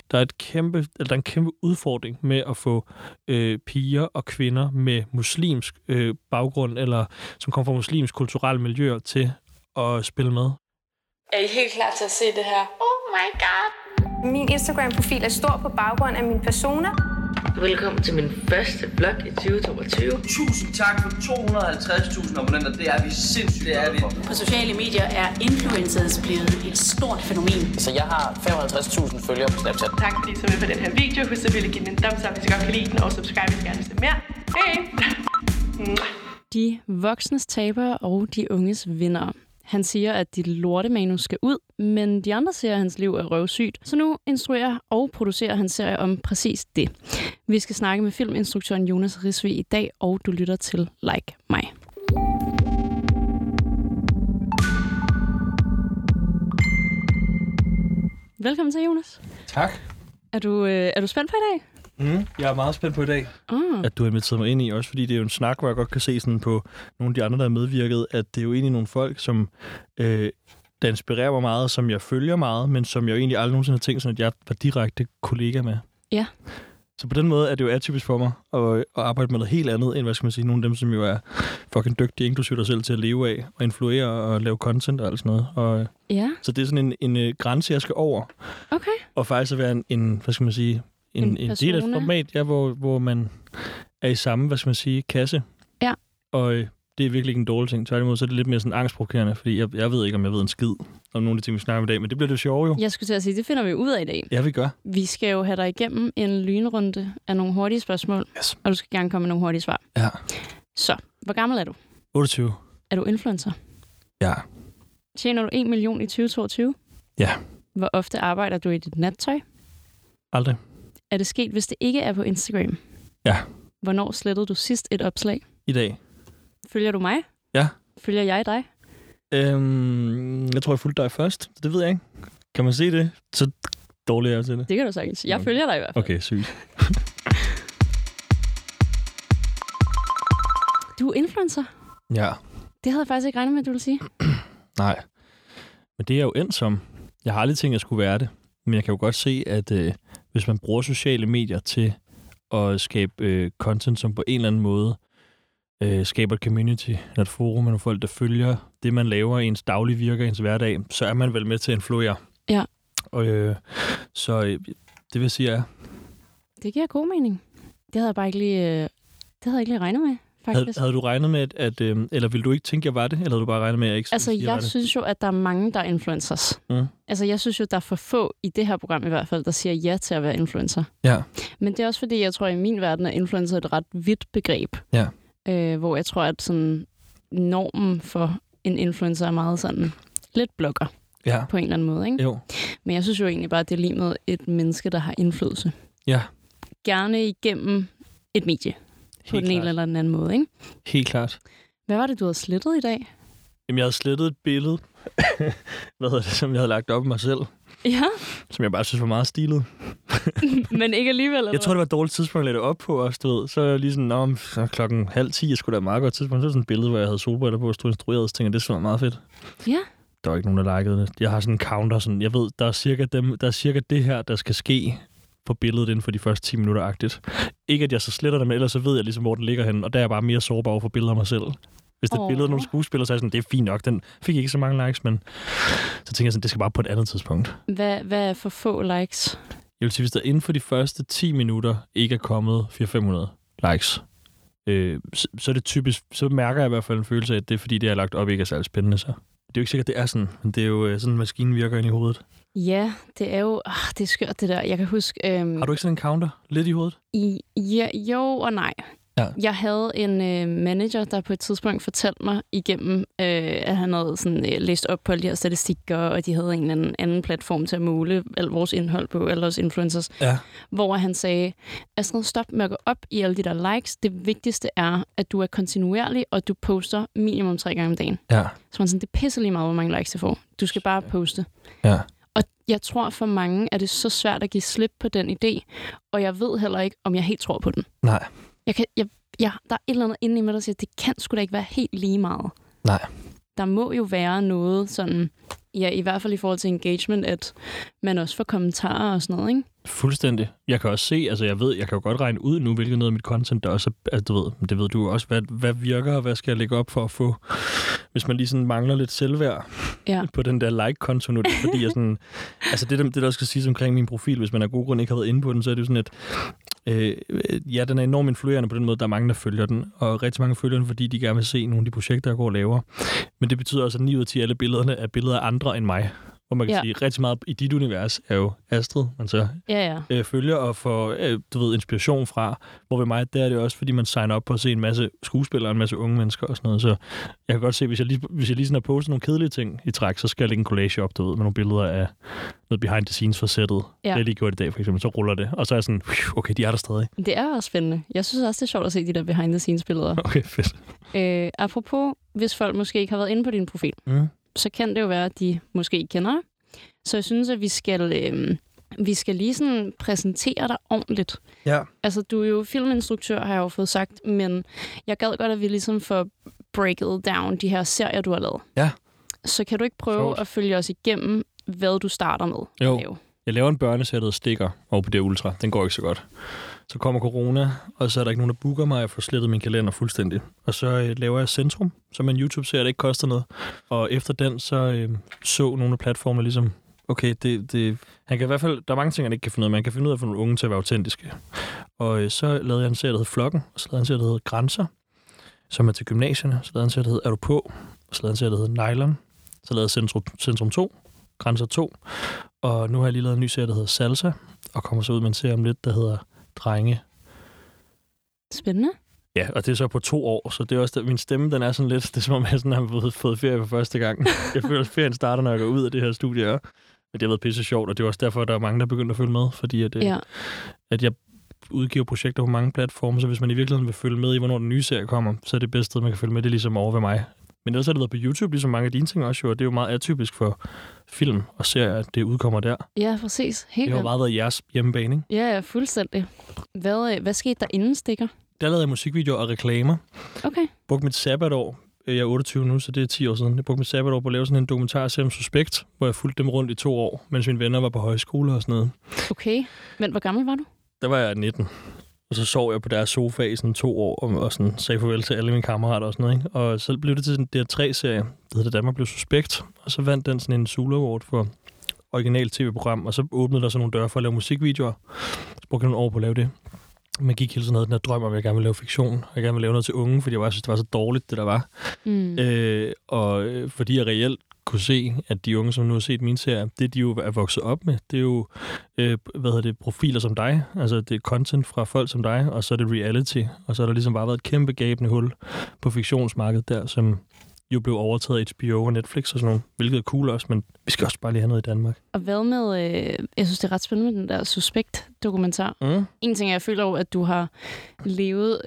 der er en kæmpe udfordring med at få piger og kvinder med muslimsk baggrund, eller som kommer fra muslimsk kulturelle miljøer, til at spille med. Er I helt klar til at se det her? Oh my god! Min Instagram-profil er stor på baggrund af min persona. Velkommen til min første vlog i 2022. Tusind tak for 250.000 abonnenter. Det er vi sindssygt. Det er vi. På sociale medier er influencers blevet et stort fænomen. Så jeg har 55.000 følgere på Snapchat. Tak fordi I så med på den her video. Husk selvfølgelig at give den en thumbs up, hvis I godt kan lide den, og subscribe, hvis I gerne vil se mere. Hej! De voksnes tabere og de unges vinder. Han siger, at dit lortemanus skal ud, men de andre siger, at hans liv er røvsygt. Så nu instruerer og producerer han serie om præcis det. Vi skal snakke med filminstruktøren Jonas Risvig i dag, og du lytter til Like mig. Velkommen til, Jonas. Tak. Er du spændt på i dag? Jeg er meget spændt på i dag, at du har inviteret mig ind i, også fordi det er jo en snak, hvor jeg godt kan se sådan på nogle af de andre, der er medvirket, at det er jo egentlig nogle folk, som der inspirerer mig meget, som jeg følger meget, men som jeg jo egentlig aldrig nogensinde har tænkt sådan, at jeg var direkte kollega med. Ja. Så på den måde er det jo atypisk for mig at arbejde med noget helt andet, end, hvad skal man sige, nogle af dem, som jo er fucking dygtige, inklusive dig selv, til at leve af, og influere og lave content og alt sådan noget. Og, ja. Så det er sådan en grænse, jeg skal over. Okay. Og faktisk at være en hvad skal man sige, en del af et format, ja, hvor man er i samme, hvad skal man sige, kasse. Ja. Og det er virkelig ikke en dårlig ting. Tværtimod, så er det lidt mere sådan angstprovokerende, fordi jeg ved ikke, om jeg ved en skid om nogle af de ting, vi snakker om i dag, men det bliver det sjove jo. Jeg skulle til at sige, det finder vi ud af i dag. Ja, vi gør. Vi skal jo have dig igennem en lynrunde af nogle hurtige spørgsmål, yes. Og du skal gerne komme med nogle hurtige svar. Ja. Så, hvor gammel er du? 28. Er du influencer? Ja. Tjener du 1 million i 2022? Ja. Hvor ofte arbejder du i dit nattøj? Aldrig. Er det sket, hvis det ikke er på Instagram? Ja. Hvornår slettede du sidst et opslag? I dag. Følger du mig? Ja. Følger jeg dig? Jeg tror, jeg fulgte dig først. Det ved jeg ikke. Kan man se det? Så dårligt er jeg til det. Det kan du sagtens. Jeg følger dig i hvert fald. Okay, sygt. Du er influencer? Ja. Det havde jeg faktisk ikke regnet med, at du ville sige. Nej. Men det er jo endt som. Jeg har aldrig tænkt, at jeg skulle være det. Men jeg kan jo godt se, at hvis man bruger sociale medier til at skabe content, som på en eller anden måde skaber et community, eller et forum med nogle folk, der følger det, man laver i ens daglige virke, ens hverdag, så er man vel med til at influere. Ja. Og så det vil sige, ja. Det giver god mening. Det havde jeg bare ikke lige, det havde jeg ikke lige regnet med, faktisk. Havde du regnet med, at eller ville du ikke tænke, jeg var det, eller havde du bare regnet med, at jeg ikke altså, sige, jeg synes jo, at der er mange, der er influencers. Altså, jeg synes jo, der er for få i det her program i hvert fald, der siger ja til at være influencer. Ja. Men det er også fordi, jeg tror, at i min verden er influencer et ret vidt begreb. Ja. Hvor jeg tror, at sådan normen for en influencer er meget sådan lidt blogger. Ja. På en eller anden måde, ikke? Jo. Men jeg synes jo egentlig bare, at det er lige med et menneske, der har indflydelse. Ja. Gerne igennem et medie. På den ene eller den anden måde, ikke? Helt klart. Hvad var det, du havde slettet i dag? Jamen, jeg havde slettet et billede, som jeg havde lagt op af mig selv. Ja. Som jeg bare synes var meget stilet. Men ikke alligevel, eller? Jeg tror, det var et dårligt tidspunkt at lægge det op på også, du ved. Så er jeg lige sådan, så 9:30, jeg skulle da et meget godt tidspunkt. Så var sådan et billede, hvor jeg havde solbriller på og stod instrueret, og så tænkte jeg, det skulle være meget fedt. Ja. Der var ikke nogen, der likede det. Jeg har sådan en counter, sådan, jeg ved, der er cirka det her, der skal ske på billedet inden for de første 10 minutter-agtigt. Ikke, at jeg så sletter det, men ellers så ved jeg ligesom, hvor den ligger henne, og der er jeg bare mere sårbar over for billeder af mig selv. Hvis det er et billede af nogle skuespillere, så er jeg sådan, det er fint nok, den fik ikke så mange likes, men så tænker jeg sådan, det skal bare på et andet tidspunkt. Hvad er for få likes? Jeg vil sige, hvis der inden for de første 10 minutter ikke er kommet 400-500 likes, så er det typisk, så mærker jeg i hvert fald en følelse af, at det er fordi, det jeg har lagt op, ikke er særlig spændende så. Det er jo ikke sikkert, det er sådan, men det er jo sådan, maskinen virker ind i hovedet. Ja, det er jo... det er skørt, det der. Jeg kan huske... Har du ikke sådan en counter lidt i hovedet? Ja, jo og nej. Ja. Jeg havde en manager, der på et tidspunkt fortalte mig igennem, at han havde sådan, læst op på alle de her statistikker, og de havde en eller anden platform til at måle alt vores indhold på, alle vores influencers. Ja. Hvor han sagde, Astrid, stop med at gå op i alle de der likes. Det vigtigste er, at du er kontinuerlig, og du poster minimum 3 gange om dagen. Ja. Så man sådan, det pisser lige meget, hvor mange likes du får. Du skal bare poste. Ja. Og jeg tror, for mange er det så svært at give slip på den idé, og jeg ved heller ikke, om jeg helt tror på den. Nej. Der er et eller andet inde i mig, der siger, at det kan sgu da ikke være helt lige meget. Nej. Der må jo være noget sådan Ja, i hvert fald i forhold til engagement, at man også får kommentarer og sådan noget, ikke? Fuldstændig. Jeg kan også se, altså jeg kan jo godt regne ud nu, hvilket noget af mit content, der også er, altså du ved, det ved du også, hvad virker, og hvad skal jeg lægge op for at få, hvis man lige sådan mangler lidt selvværd på den der like-konto nu, fordi jeg sådan, altså det der også skal siges omkring min profil, hvis man af god grund ikke har været inde på den, så er det jo sådan, at den er enormt influerende på den måde, der er mange, der følger den, og rigtig mange følger den, fordi de gerne vil se nogle af de projekter, jeg går og laver. Men det betyder også, at 9 ud af 10 alle billederne er billeder af andre end mig. Hvor man kan sige, rigtig meget i dit univers er jo Astrid, man så følger og får inspiration fra. Hvor ved mig, der er det også, fordi man signer op på at se en masse skuespillere og en masse unge mennesker og sådan noget. Så jeg kan godt se, hvis jeg lige sådan har postet nogle kedelige ting i træk, så skal jeg lægge en collage op, med nogle billeder af noget behind the scenes for sættet. Det har jeg lige gjort i dag, for eksempel. Så ruller det. Og så er jeg sådan, okay, de er der stadig. Det er også spændende. Jeg synes også, det er sjovt at se de der behind the scenes billeder. Okay, fedt. Apropos, hvis folk måske ikke har været inde på din profil, så kan det jo være, at de måske ikke kender dig. Så jeg synes, at vi skal lige sådan præsentere dig ordentligt. Ja. Altså, du er jo filminstruktør, har jeg jo fået sagt, men jeg gad godt, at vi ligesom får breaket down de her serier, du har lavet. Ja. Så kan du ikke prøve at følge os igennem, hvad du starter med? Jo. Jeg laver en børneserie, der stikker over på det Ultra. Den går ikke så godt. Så kommer corona, og så er der ikke nogen, der booker mig. Jeg får slettet min kalender fuldstændig. Og så laver jeg Centrum, som er en YouTube-serie, der ikke koster noget. Og efter den, så nogle af platformene ligesom, okay, han kan i hvert fald, der er mange ting, han ikke kan finde ud af. Man kan finde ud af at få nogle unge til at være autentiske. Og så lavede jeg en serie, der hedder Flokken, og så lavede jeg en serie, der hedder Grænser, som er til gymnasierne. Så lavede jeg en serie, der hedder Er du på? Og så lavede jeg en serie, der hedder Nylon. Så lavede jeg Centrum 2, Grænser 2. Og nu har jeg lige lavet en ny serie, der hedder Salsa, og kommer så ud med en serie om lidt, der hedder Drenge. Spændende. Ja, og det er så på 2 år, så det er også, min stemme, den er sådan lidt, det er som om jeg sådan har fået ferie for første gang. Jeg føler, at ferien starter, når jeg går ud af det her studie. Men det har været pisse sjovt, og det er også derfor, at der er mange, der begynder at følge med, fordi at jeg udgiver projekter på mange platforme, så hvis man i virkeligheden vil følge med i, hvornår den nye serie kommer, så er det bedste sted, man kan følge med, det ligesom over ved mig. Men ellers har det været på YouTube, ligesom mange af dine ting også, og det er jo meget atypisk for film og serier, at det udkommer der. Ja, præcis. Helt det har meget været jeres hjemmebane, ikke? Ja, fuldstændig. Hvad skete der inden Stikker? Der lavede jeg musikvideoer og reklamer. Okay. Jeg brugte mit sabbatår. Jeg er 28 nu, så det er 10 år siden. Jeg brugte mit sabbatår på at lave sådan en dokumentarserie om Suspekt, hvor jeg fulgte dem rundt i 2 år, mens mine venner var på højskole og sådan noget. Okay. Men hvor gammel var du? Der var jeg 19. Og så sov jeg på deres sofa i sådan 2 år, og sådan sagde farvel til alle mine kammerater og sådan noget, ikke? Og så blev det til sådan en DR3-serie, der hedder Danmark blev Suspekt, og så vandt den sådan en Zulu Award for original tv-program, og så åbnede der så nogle døre for at lave musikvideoer. Så brugte jeg nogle år på at lave det. Man gik hele tiden noget den her drøm om, at jeg gerne ville lave fiktion, og jeg gerne ville lave noget til unge, fordi jeg synes, det var så dårligt, det der var. Og fordi jeg reelt kunne se, at de unge, som nu har set min serie, det de jo er vokset op med, det er jo profiler som dig, altså det er content fra folk som dig, og så er det reality, og så har der ligesom bare været et kæmpe gabende hul på fiktionsmarkedet der, som jo blev overtaget af HBO og Netflix og sådan noget, hvilket er cool også, men vi skal også bare lige have noget i Danmark. Og hvad med, jeg synes, det er ret spændende med den der Suspekt-dokumentar. En ting er, jeg føler jo, at du har levet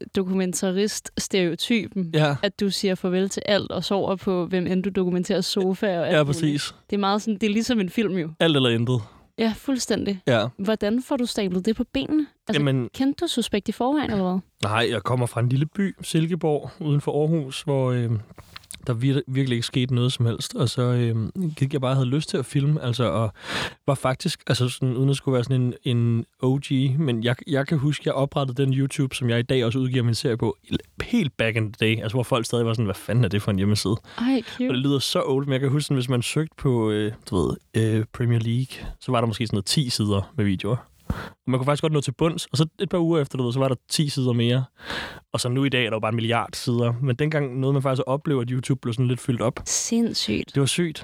dokumentarist-stereotypen, at du siger farvel til alt og sover på, hvem end du dokumenterer sofa og alt. Ja, præcis. Det er meget sådan, det er ligesom en film jo. Alt eller intet. Ja, fuldstændig. Ja. Hvordan får du stablet det på benene? Altså, kendte du Suspekt i forvejen, eller hvad? Nej, jeg kommer fra en lille by, Silkeborg, uden for Aarhus, hvor der virkelig ikke skete noget som helst. Og så gik jeg bare havde lyst til at filme, altså, og var faktisk, altså sådan, uden at skulle være sådan en OG, men jeg kan huske, jeg oprettede den YouTube, som jeg i dag også udgiver min serie på, helt back in the day, altså hvor folk stadig var sådan, hvad fanden er det for en hjemmeside? Ej, cute. Og det lyder så old, men jeg kan huske, hvis man søgte på, Premier League, så var der måske sådan noget 10 sider med videoer. Og man kunne faktisk godt nå til bunds, og så et par uger efter, så var der 10 sider mere. Og så nu i dag er der jo bare 1 milliard sider. Men dengang nåede man faktisk at opleve, at YouTube blev sådan lidt fyldt op. Sindssygt. Det var sygt.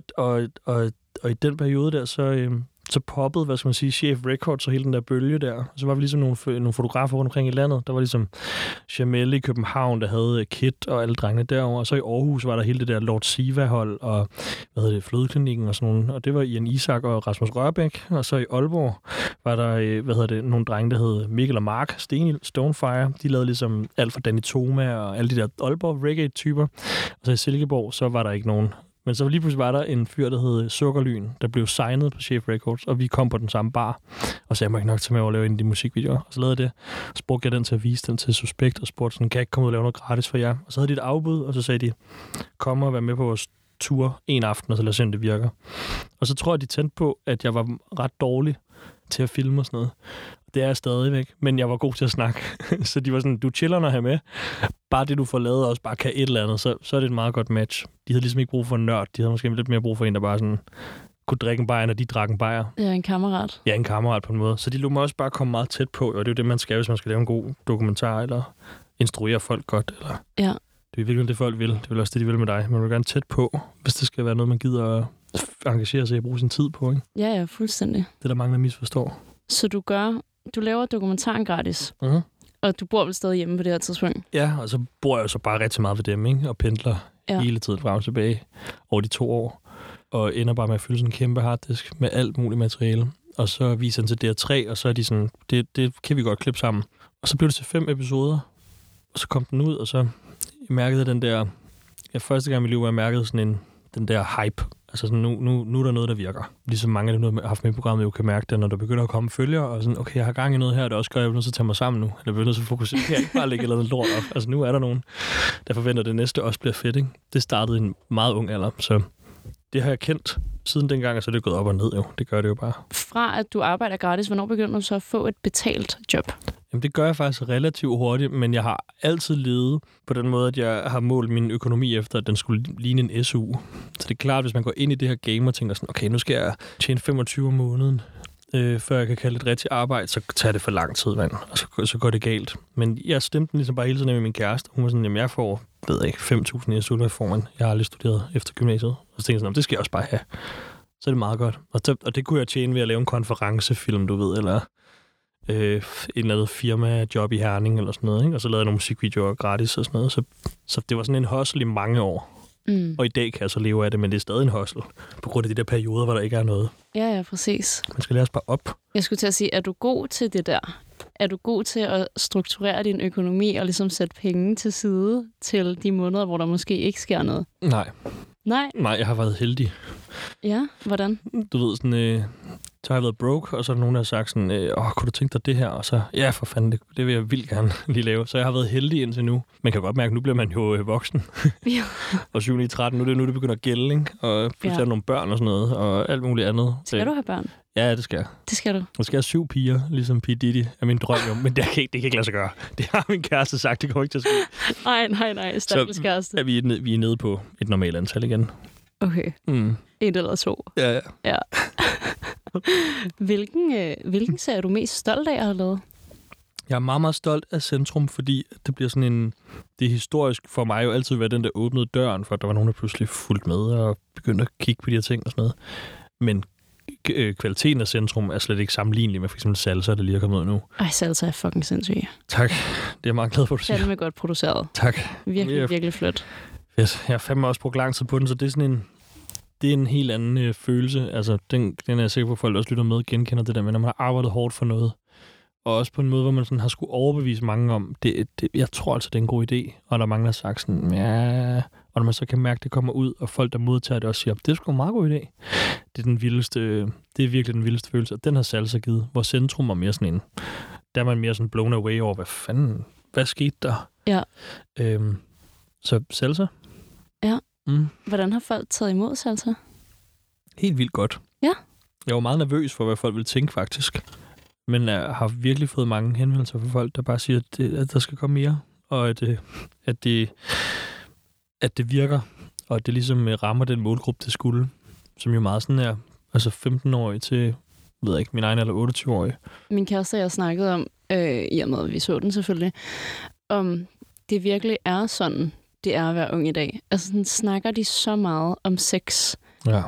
Og i den periode der, så poppede, hvad skal man sige, Chef Records og hele den der bølge der. Og så var vi ligesom nogle fotografer rundt omkring i landet. Der var ligesom Jamel i København, der havde Kit og alle drengene derovre. Og så i Aarhus var der hele det der Lord Siva-hold og Flødeklinikken og sådan nogle. Og det var Ian Isak og Rasmus Rørbæk. Og så i Aalborg var der, nogle drenge, der hed Mikkel og Mark Stonefire. De lavede ligesom alt fra Danny Thoma og alle de der Aalborg reggae-typer. Og så i Silkeborg, så var der ikke nogen. Men så lige pludselig var der en fyr, der hed Sukkerlyn, der blev signet på Chef Records, og vi kom på den samme bar. Og så jeg må ikke nok tage med over at lave en af de musikvideoer. Og så lavede jeg det. Så brugte jeg den til at vise den til Suspekt, og spurgte sådan, kan jeg ikke komme ud og lave noget gratis for jer? Og så havde de et afbud, og så sagde de, kom og vær med på vores tur en aften, og så lad os se, om det virker. Og så tror jeg, de tændte på, at jeg var ret dårlig til at filme og sådan noget. Det er jeg stadigvæk, men jeg var god til at snakke. Så de var sådan, du chiller når her med. Bare det, du får lavet, også bare kan et eller andet, så er det et meget godt match. De havde ligesom ikke brug for en nørd. De havde måske lidt mere brug for en, der bare sådan kunne drikke en bajer, når de drak en bajer. Ja, en kammerat. Ja, en kammerat på en måde. Så de lå mig også bare komme meget tæt på, og det er jo det, man skal, hvis man skal lave en god dokumentar, eller instruere folk godt. Eller... Ja. Det er virkelig det, folk vil. Det er vel også det, de vil med dig. Man vil gerne tæt på, hvis det skal være noget, man gider at engagere sig i at bruge sin tid på, ikke? Ja, fuldstændig. Det, der mange, der misforstår. Så du laver dokumentaren gratis, Uh-huh. og du bor vel stadig hjemme på det her tidspunkt? Ja, og så bor jeg jo så bare rigtig meget ved dem, ikke? Og pendler hele tiden frem og tilbage over de 2 år. Og ender bare med at fylde sådan en kæmpe harddisk med alt muligt materiale. Og så viser den til DR3, og så er de sådan, det kan vi godt klippe sammen. Og så blev det til 5 episoder, og så kom den ud, og så jeg mærkede den der... første gang i mit liv, hvor jeg mærkede sådan den der hype. Altså sådan, nu er der noget, der virker. Ligesom mange af dem, der har haft med i programmet, jo kan mærke det, når der begynder at komme følgere, og sådan, okay, jeg har gang i noget her, det også gør, jeg bliver nødt til at tage mig sammen nu. Eller jeg bliver nødt til at fokusere. Jeg kan ikke bare lægge eller noget lort op. Altså nu er der nogen, der forventer, at det næste også bliver fedt, ikke? Det startede i en meget ung alder, så det har jeg kendt siden dengang, og så er det gået op og ned jo. Det gør det jo bare. Fra at du arbejder gratis, hvornår begynder du så at få et betalt job? Jamen, det gør jeg faktisk relativt hurtigt, men jeg har altid levet på den måde, at jeg har målt min økonomi efter, at den skulle ligne en SU. Så det er klart, hvis man går ind i det her game og tænker sådan, okay, nu skal jeg tjene 25 om måneden, før jeg kan kalde det rigtigt arbejde, så tager det for lang tid, mand. Og så går det galt. Men jeg stemte den ligesom bare hele tiden med min kæreste. Hun var sådan, jamen jeg får, ved jeg ikke, 5.000 i SU, hvad får man? Jeg har aldrig studeret efter gymnasiet. Og så tænkte jeg sådan, det skal jeg også bare have. Så er det meget godt. Og det kunne jeg tjene ved at lave en konferencefilm, du ved, eller en eller anden firma-job i Herning eller sådan noget, ikke? Og så lavede jeg nogle musikvideoer gratis og sådan noget. Så det var sådan en hustle i mange år. Mm. Og i dag kan jeg så leve af det, men det er stadig en hustle. På grund af de der perioder, hvor der ikke er noget. Ja, præcis. Man skal lære sig bare op. Jeg skulle til at sige, er du god til det der? Er du god til at strukturere din økonomi og ligesom sætte penge til side til de måneder, hvor der måske ikke sker noget? Nej, jeg har været heldig. Ja, hvordan? Du ved, sådan... Så har jeg været broke, og så er der nogen, der har sagt sådan, kunne du tænke dig det her? Og så, ja, for fanden, det vil jeg vildt gerne lige lave. Så jeg har været heldig indtil nu. Man kan godt mærke, at nu bliver man jo voksen. Ja. Og 7, 9, 13, nu det begynder at gælde, ikke? Og pludselig er nogle børn og sådan noget, og alt muligt andet. Skal du have børn? Ja, det skal jeg. Det skal du? Jeg skal have 7 piger, ligesom P. Diddy er min drøm jo. Men det kan ikke lade sig gøre. Det har min kæreste sagt, det kommer ikke til at ske. Nej, stakkels kæreste. Så vi er nede på et normalt antal igen. Okay. 1 eller 2. Ja. Hvilken serie er du mest stolt af at have lavet? Jeg er meget, meget stolt af Centrum, fordi det bliver sådan en... Det er historisk for mig jo altid været den, der åbnede døren, for at der var nogen, der pludselig fulgte med og begyndte at kigge på de her ting og sådan noget. Men kvaliteten af Centrum er slet ikke sammenlignelig med for eksempel Salsa, der lige er kommet ud nu. Ej, Salsa er fucking sindssyg. Tak. Det er jeg meget glad for, du siger. Det er godt produceret. Tak. Virkelig flot. Fedt. Jeg har fandme også brugt lang tid på den, så det er sådan en helt anden følelse. Altså, den er jeg sikker på, at folk også lytter med, genkender det der med, når man har arbejdet hårdt for noget. Og også på en måde, hvor man sådan har skulle overbevise mange om, jeg tror altså, det er en god idé. Og der er mange, der har sagt sådan, ja. Og når man så kan mærke, at det kommer ud, og folk, der modtager det, også siger, det er sgu en meget god idé. Det er virkelig den vildeste følelse. Og den har Salsa givet, hvor Centrum er mere sådan en. Der er man mere sådan blown away over, hvad skete der? Ja. Så Salsa. Ja. Hvordan har folk taget imod Salsa? Helt vildt godt. Ja. Jeg var meget nervøs for, hvad folk ville tænke, faktisk. Men jeg har virkelig fået mange henvendelser fra folk, der bare siger, at der skal komme mere, og at det virker, og at det ligesom rammer den målgruppe, det skulle, som jo meget sådan er, altså 15-årige til, ved jeg ikke, min egen eller 28-årige. Min kæreste og jeg snakkede om, i og med at vi så den selvfølgelig, om det virkelig er sådan, det er at være ung i dag. Altså sådan snakker de så meget om sex. Ja.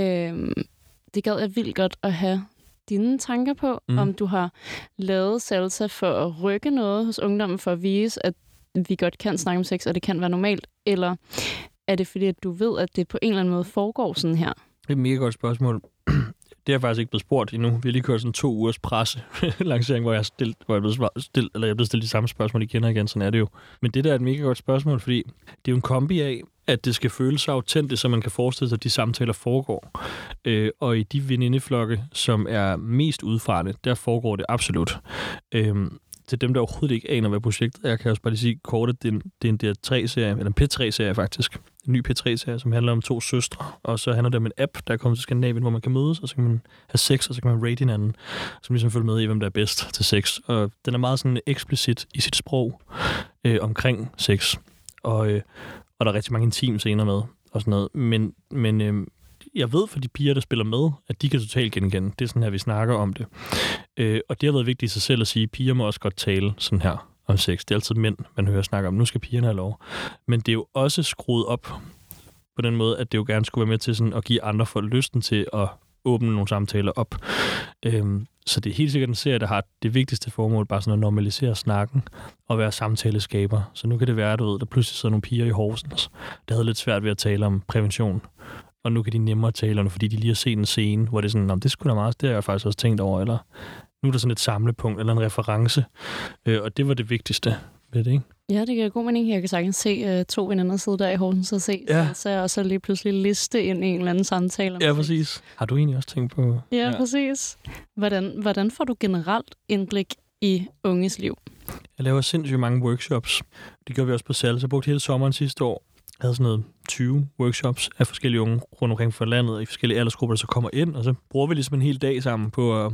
Det gad jeg vildt godt at have dine tanker på, om du har lavet Salsa for at rykke noget hos ungdommen, for at vise, at vi godt kan snakke om sex, og det kan være normalt, eller er det fordi, at du ved, at det på en eller anden måde foregår sådan her? Det er et mega godt spørgsmål. Det er jeg faktisk ikke blevet spurgt endnu. Vi har lige kørt sådan 2 ugers presse-lancering, hvor jeg er blevet stillet de samme spørgsmål igen og igen. Sådan er det jo. Men det der er et mega godt spørgsmål, fordi det er jo en kombi af, at det skal føles så autentisk, så man kan forestille sig, at de samtaler foregår. Og i de venindeflokke, som er mest udfarende, der foregår det absolut. Til dem, der overhovedet ikke aner, hvad projektet er, kan jeg også bare lige sige kort, at det er en DR3-serie, eller en P3-serie faktisk, ny P3-serie, som handler om 2 søstre, og så handler det om en app, der er kommet til Skandinavien, hvor man kan mødes, og så kan man have sex, og så kan man rate hinanden, som ligesom følger med i, hvem der er bedst til sex. Og den er meget sådan eksplicit i sit sprog omkring sex, og der er rigtig mange intime scener med, og sådan noget. Men jeg ved for de piger, der spiller med, at de kan totalt genkende. Det er sådan her, vi snakker om det. Og det har været vigtigt i sig selv at sige, at piger må også godt tale sådan her om sex. Det er altid mænd, man hører snakke om. Nu skal pigerne have lov. Men det er jo også skruet op på den måde, at det jo gerne skulle være med til sådan at give andre folk lysten til at åbne nogle samtaler op. Så det er helt sikkert en serie, der har det vigtigste formål, bare sådan at normalisere snakken og være samtaleskaber. Så nu kan det være, at der pludselig sidder nogle piger i Horsens, der havde lidt svært ved at tale om prævention. Og nu kan de nemmere tale om det, fordi de lige har set en scene, hvor det er sådan, det skulle da meget, det har jeg faktisk også tænkt over, eller nu er der sådan et samlepunkt eller en reference. Og det var det vigtigste ved det, ikke? Ja, det giver god mening. Jeg kan sagtens se 2 veninder sidde der i Horsens og se. Ja. Så jeg også lige pludselig liste ind i en eller anden samtale. Ja, præcis. Har du egentlig også tænkt på... Ja, præcis. Hvordan får du generelt indblik i unges liv? Jeg laver sindssygt mange workshops. Det gør vi også på Salsa. Jeg brugte hele sommeren sidste år. Jeg havde sådan noget 20 workshops af forskellige unge rundt omkring for landet i forskellige aldersgrupper, der så kommer ind, og så bruger vi ligesom en hel dag sammen på at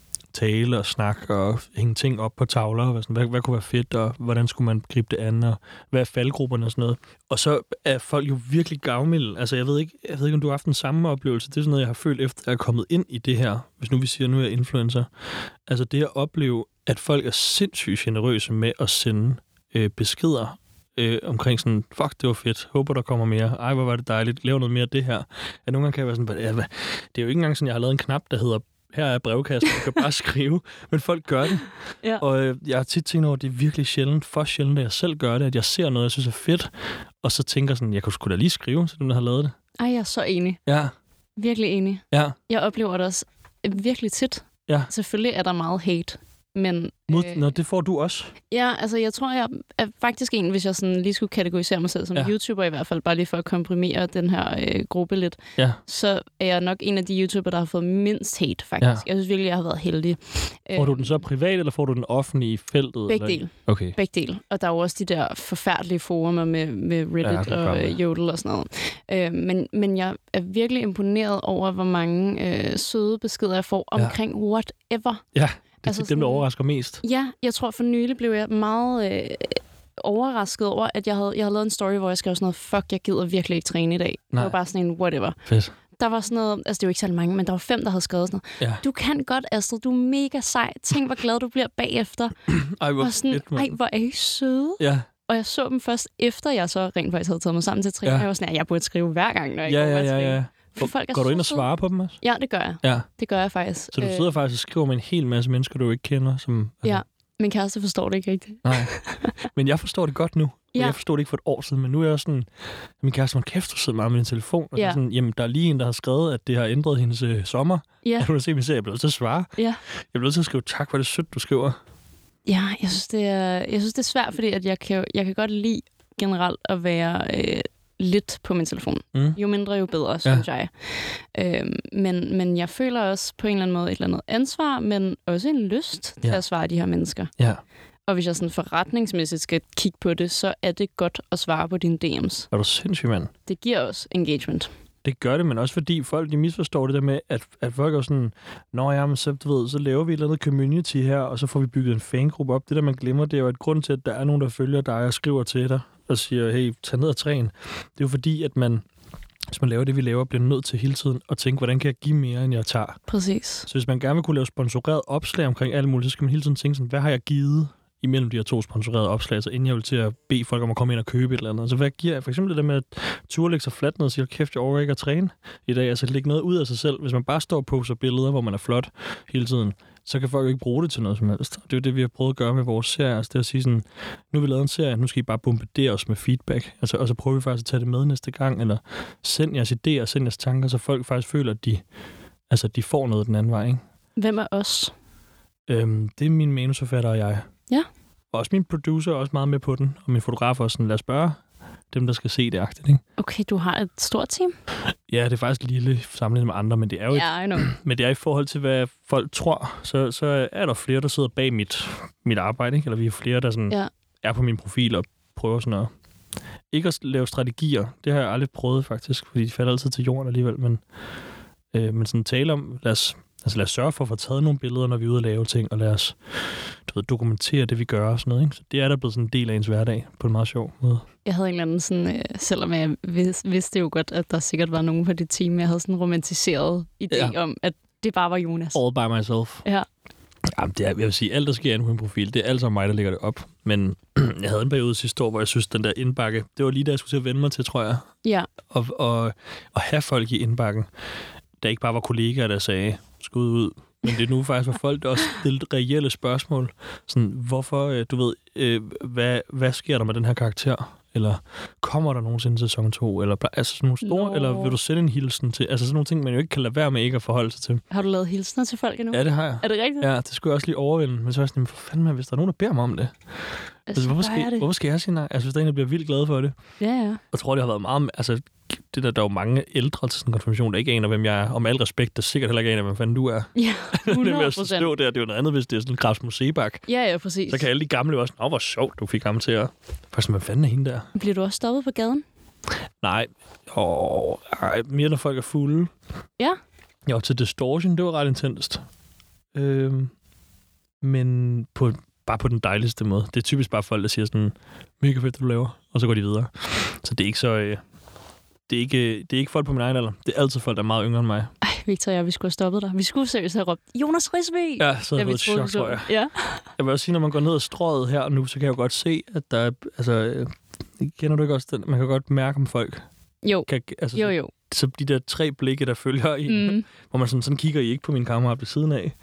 tale og snakke og hænge ting op på tavler. Hvad kunne være fedt, og hvordan skulle man gribe det an, og hvad er faldgrupperne og sådan noget. Og så er folk jo virkelig gavmilde. Altså, jeg ved ikke, om du har haft den samme oplevelse. Det er sådan noget, jeg har følt efter, at jeg er kommet ind i det her. Hvis nu vi siger, nu er jeg influencer. Altså, det at opleve, at folk er sindssygt generøse med at sende beskeder omkring sådan, fuck, det var fedt, håber der kommer mere, ej, hvor var det dejligt, lav noget mere af det her. At nogle gange kan jeg være sådan, det er jo ikke engang sådan, jeg har lavet en knap, der hedder, her er brevkassen, du kan bare skrive, men folk gør det. Ja. Og jeg har tit tænkt over, at det er virkelig sjældent, for sjældent, at jeg selv gør det, at jeg ser noget, jeg synes er fedt, og så tænker sådan, jeg kunne sgu da lige skrive til dem, der har lavet det. Ej, jeg er så enig. Ja. Virkelig enig. Ja. Jeg oplever det også virkelig tit. Ja. Selvfølgelig er der meget hate, men... Nå, det får du også? Ja, altså jeg tror, jeg er faktisk en, hvis jeg sådan lige skulle kategorisere mig selv som YouTuber i hvert fald, bare lige for at komprimere den her gruppe lidt, så er jeg nok en af de YouTuber, der har fået mindst hate, faktisk. Ja. Jeg synes virkelig, jeg har været heldig. Får du den så privat, eller får du den offentlige i feltet? Begge del. Okay. Begge del. Og der er jo også de der forfærdelige forumer med Reddit og Jodel og sådan noget. Men jeg er virkelig imponeret over, hvor mange søde beskeder jeg får omkring whatever. Ja. Det er altså dem, der overrasker mest. Ja, jeg tror for nylig blev jeg meget overrasket over, at jeg havde lavet en story, hvor jeg skrev sådan noget, fuck, jeg gider virkelig ikke træne i dag. Nej. Det var bare sådan en whatever. Fedt. Der var sådan noget, altså det var ikke særlig mange, men der var 5, der havde skrevet sådan noget. Ja. Du kan godt, Astrid, du er mega sej. Tænk, hvor glad du bliver bagefter. Ej, hvor sådan, hvor er I søde. Ja. Og jeg så dem først efter, jeg så rent faktisk havde taget mig sammen til træning. Jeg var sådan, jeg burde skrive hver gang, når jeg Ja. Går du ind og svarer på dem også? Ja, det gør jeg. Ja. Det gør jeg faktisk. Så du sidder faktisk og skriver med en hel masse mennesker, du ikke kender? Som, altså... Ja, min kæreste forstår det ikke rigtigt. Nej, men jeg forstår det godt nu. Ja. Jeg forstod det ikke for et år siden, men nu er jeg sådan... Min kæreste var kæft, du sidder meget med din telefon. Og sådan, jamen, der er lige en, der har skrevet, at det har ændret hendes sommer. Ja. At hun har set min serie, jeg blev nødt til at svare. Ja. Jeg blev nødt til at skrive, tak, hvor det sødt, du skriver. Ja, jeg synes, det er svært, fordi at jeg kan godt lide generelt at være... lidt på min telefon. Jo mindre, jo bedre, synes jeg. Men jeg føler også på en eller anden måde et eller andet ansvar, men også en lyst til at svare de her mennesker. Ja. Og hvis jeg sådan forretningsmæssigt skal kigge på det, så er det godt at svare på dine DM's. Er du sindssyg, mand? Det giver også engagement. Det gør det, men også fordi folk de misforstår det der med, at folk er sådan, nå ja, men så, du ved, så laver vi et eller andet community her, og så får vi bygget en fangruppe op. Det der, man glemmer, det er jo et grund til, at der er nogen, der følger dig og skriver til dig og siger, hey, tag ned og træn. Det er jo fordi, at hvis man laver det, vi laver, bliver nødt til hele tiden at tænke, hvordan kan jeg give mere, end jeg tager? Præcis. Så hvis man gerne vil kunne lave sponsoreret opslag omkring alt muligt, så skal man hele tiden tænke sådan, hvad har jeg givet imellem de her 2 sponsorerede opslag, så inden jeg vil til at bede folk om at komme ind og købe et eller andet. Så hvad giver jeg? For eksempel det der med at turde lægge sig fladt ned og sige, kæft, jeg overgår ikke at træne i dag. Altså lægge noget ud af sig selv. Hvis man bare står og poster billeder, hvor man er flot hele tiden, så kan folk jo ikke bruge det til noget som helst. Det er jo det, vi har prøvet at gøre med vores serie. Altså det at sige sådan, nu har vi lavet en serie, nu skal I bare bombardere os med feedback. Altså, og så prøver vi faktisk at tage det med næste gang, eller send jeres idéer, send jeres tanker, så folk faktisk føler, at de får noget den anden vej. Ikke? Hvem er os? Det er min manusforfatter og jeg. Ja. Og også min producer er også meget med på den, og min fotograf er også sådan, lad os spørge dem, der skal se det agtigt, ikke? Okay, du har et stort team? Ja, det er faktisk lille sammenlignet med andre, men det er jo men det er i forhold til, hvad folk tror. Så er der flere, der sidder bag mit arbejde, ikke? Eller vi er flere, der sådan er på min profil og prøver sådan ikke at lave strategier. Det har jeg aldrig prøvet, faktisk, fordi de falder altid til jorden alligevel. Men sådan tale om, lad os sørge for at få taget nogle billeder, når vi er ude at lave ting, og lad os dokumentere det, vi gør og sådan noget. Ikke? Så det er der blevet sådan en del af ens hverdag på en meget sjov måde. Jeg havde en eller anden sådan, selvom jeg vidste jo godt, at der sikkert var nogen på det team, jeg havde sådan en romantiseret idé om, at det bare var Jonas. All by myself. Ja. Jamen, jeg vil sige, alt, der sker inde på min profil, det er alt sammen mig, der lægger det op. Men jeg havde en periode sidste år, hvor jeg synes, den der indbakke, det var lige da jeg skulle til at vende mig til, tror jeg. Ja. Og have folk i indbakken, der ikke bare var kollegaer, der sagde, skud ud. Men det er nu faktisk, hvor folk der også stillede reelle spørgsmål. Sådan, hvorfor, du ved, hvad sker der med den her karakter? Eller kommer der nogensinde sæson 2? Eller altså sådan nogle store, eller vil du sende en hilsen til? Altså sådan nogle ting, man jo ikke kan lade være med ikke at forholde sig til. Har du lavet hilsner til folk endnu? Ja, det har jeg. Er det rigtigt? Ja, det skulle jeg også lige overvinde. Men så var jeg sådan, for fanden, hvis der er nogen, der beder mig om det. Altså, hvorfor skal jeg sige nej? Altså, hvis der en, der bliver vildt glad for det. Ja. Jeg tror, det har været meget... Altså, det der er jo mange ældre til sådan en konfirmation, der ikke aner, hvem jeg er. Om al respekt, der sikkert heller ikke aner, hvem fanden du er. Ja, 100%. Det med at stå der, det er jo noget andet, hvis det er sådan en Rasmus Sebak. Ja, præcis. Så kan alle de gamle også... Hvor sjovt, du fik ham til at... Faktisk, hvad fanden er hende der? Bliver du også stoppet på gaden? Nej. Mere når folk er fulde. Ja. Jeg var til Distortion, det var ret intenst. Men bare på den dejligste måde. Det er typisk bare folk, der siger sådan, mega fedt, du laver, og så går de videre. Så det er ikke så... Det er ikke folk på min egen alder. Det er altid folk, der er meget yngre end mig. Ej, Victor og jeg, vi skulle have stoppet dig. Vi skulle seriøst have råbt, Jonas Risby! Ja, så havde jeg fået et chok, tror jeg. Ja. Jeg vil også sige, når man går ned ad strøget her nu, så kan jeg jo godt se, at der er... Altså, kender du ikke også den? Man kan godt mærke, om folk... Jo. Jo. Så de der 3 blikke, der følger i, hvor man sådan kigger I ikke på min kammerat ved siden af.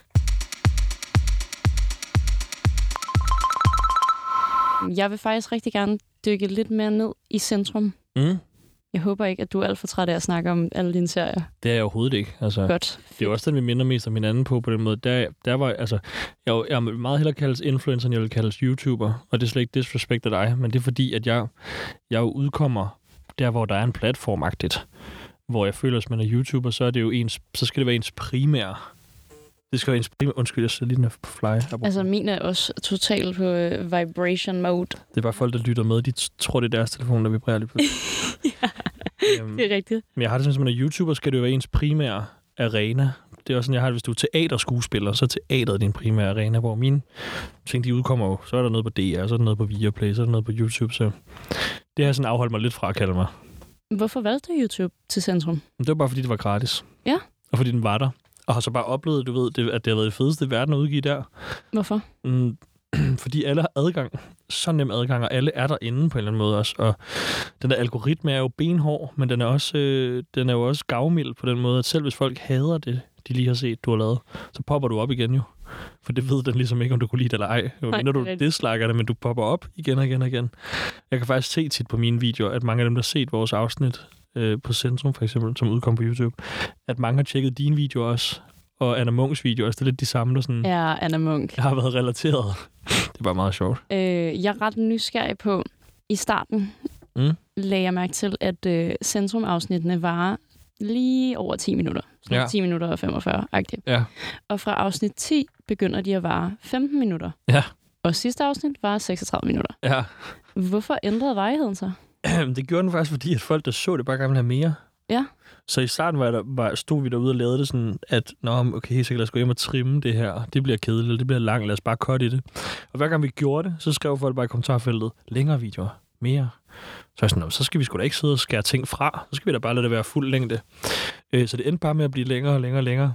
Jeg vil faktisk rigtig gerne dykke lidt mere ned i centrum. Jeg håber ikke, at du er alt for træt af at snakke om alle dine serier. Det er jeg overhovedet ikke. Altså, godt. Det er jo også den, vi minder mest om hinanden på den måde. Der var, altså, jeg vil meget hellere kaldes influencer, end jeg vil kaldes YouTuber. Og det er slet ikke disrespect af dig, men det er fordi, at jeg jo udkommer der, hvor der er en platformagtigt. Hvor jeg føler, at man er YouTuber, så er det jo så skal det være ens primære. Det skal være ens primære... Undskyld, jeg sidder lige på fly. Altså, min er også totalt på vibration mode. Det er bare folk, der lytter med. De tror, det er deres telefon, der vibrerer lige på. Ja, det er rigtigt. Men jeg har det sådan, at man er YouTuber, skal det jo være ens primære arena. Det er også sådan, jeg har det, hvis du er teaterskuespiller, så er teateret din primære arena, hvor mine ting, de udkommer jo. Så er der noget på DR, så er der noget på Viaplay, så er der noget på YouTube. Så det har sådan afholdt mig lidt fra at kalde mig. Hvorfor valgte du YouTube til centrum? Det var bare, fordi det var gratis. Ja. Og fordi den var der. Og har så bare oplevet, du ved, at det har været det fedeste i verden at udgive der. Hvorfor? Fordi alle har adgang. Så nem adgang, og alle er derinde på en eller anden måde også. Og den der algoritme er jo benhård, men den er jo også gavmild på den måde, at selv hvis folk hader det, de lige har set, du har lavet, så popper du op igen jo. For det ved den ligesom ikke, om du kunne lide det eller ej. Når du disliker det, men du popper op igen og igen og igen. Jeg kan faktisk se tit på mine videoer, at mange af dem, der har set vores afsnit på Centrum for eksempel, som udkom på YouTube, at mange har tjekket dine videoer også, og Anna Munks videoer, altså det er lidt de samme, der sådan... Ja, Anna Munk. Jeg har været relateret. Det er bare meget sjovt. Jeg er ret nysgerrig på, i starten lagde jeg mærke til, at Centrum-afsnittene varer lige over 10 minutter. Så 10 minutter og 45-agtigt. Ja. Og fra afsnit 10 begynder de at vare 15 minutter. Ja. Og sidste afsnit var 36 minutter. Ja. Hvorfor ændrede varigheden så? Det gjorde den faktisk, fordi at folk, der så det, bare gerne ville have mere. Ja. Så i starten stod vi derude og lavede det sådan, at okay, så lad os gå hjem og trimme det her. Det bliver kedeligt, det bliver langt, lad os bare cutte i det. Og hver gang vi gjorde det, så skrev folk bare i kommentarfeltet, længere videoer, mere. Så skal vi sgu da ikke sidde og skære ting fra. Så skal vi da bare lade det være fuld længde. Så det endte bare med at blive længere og længere og længere.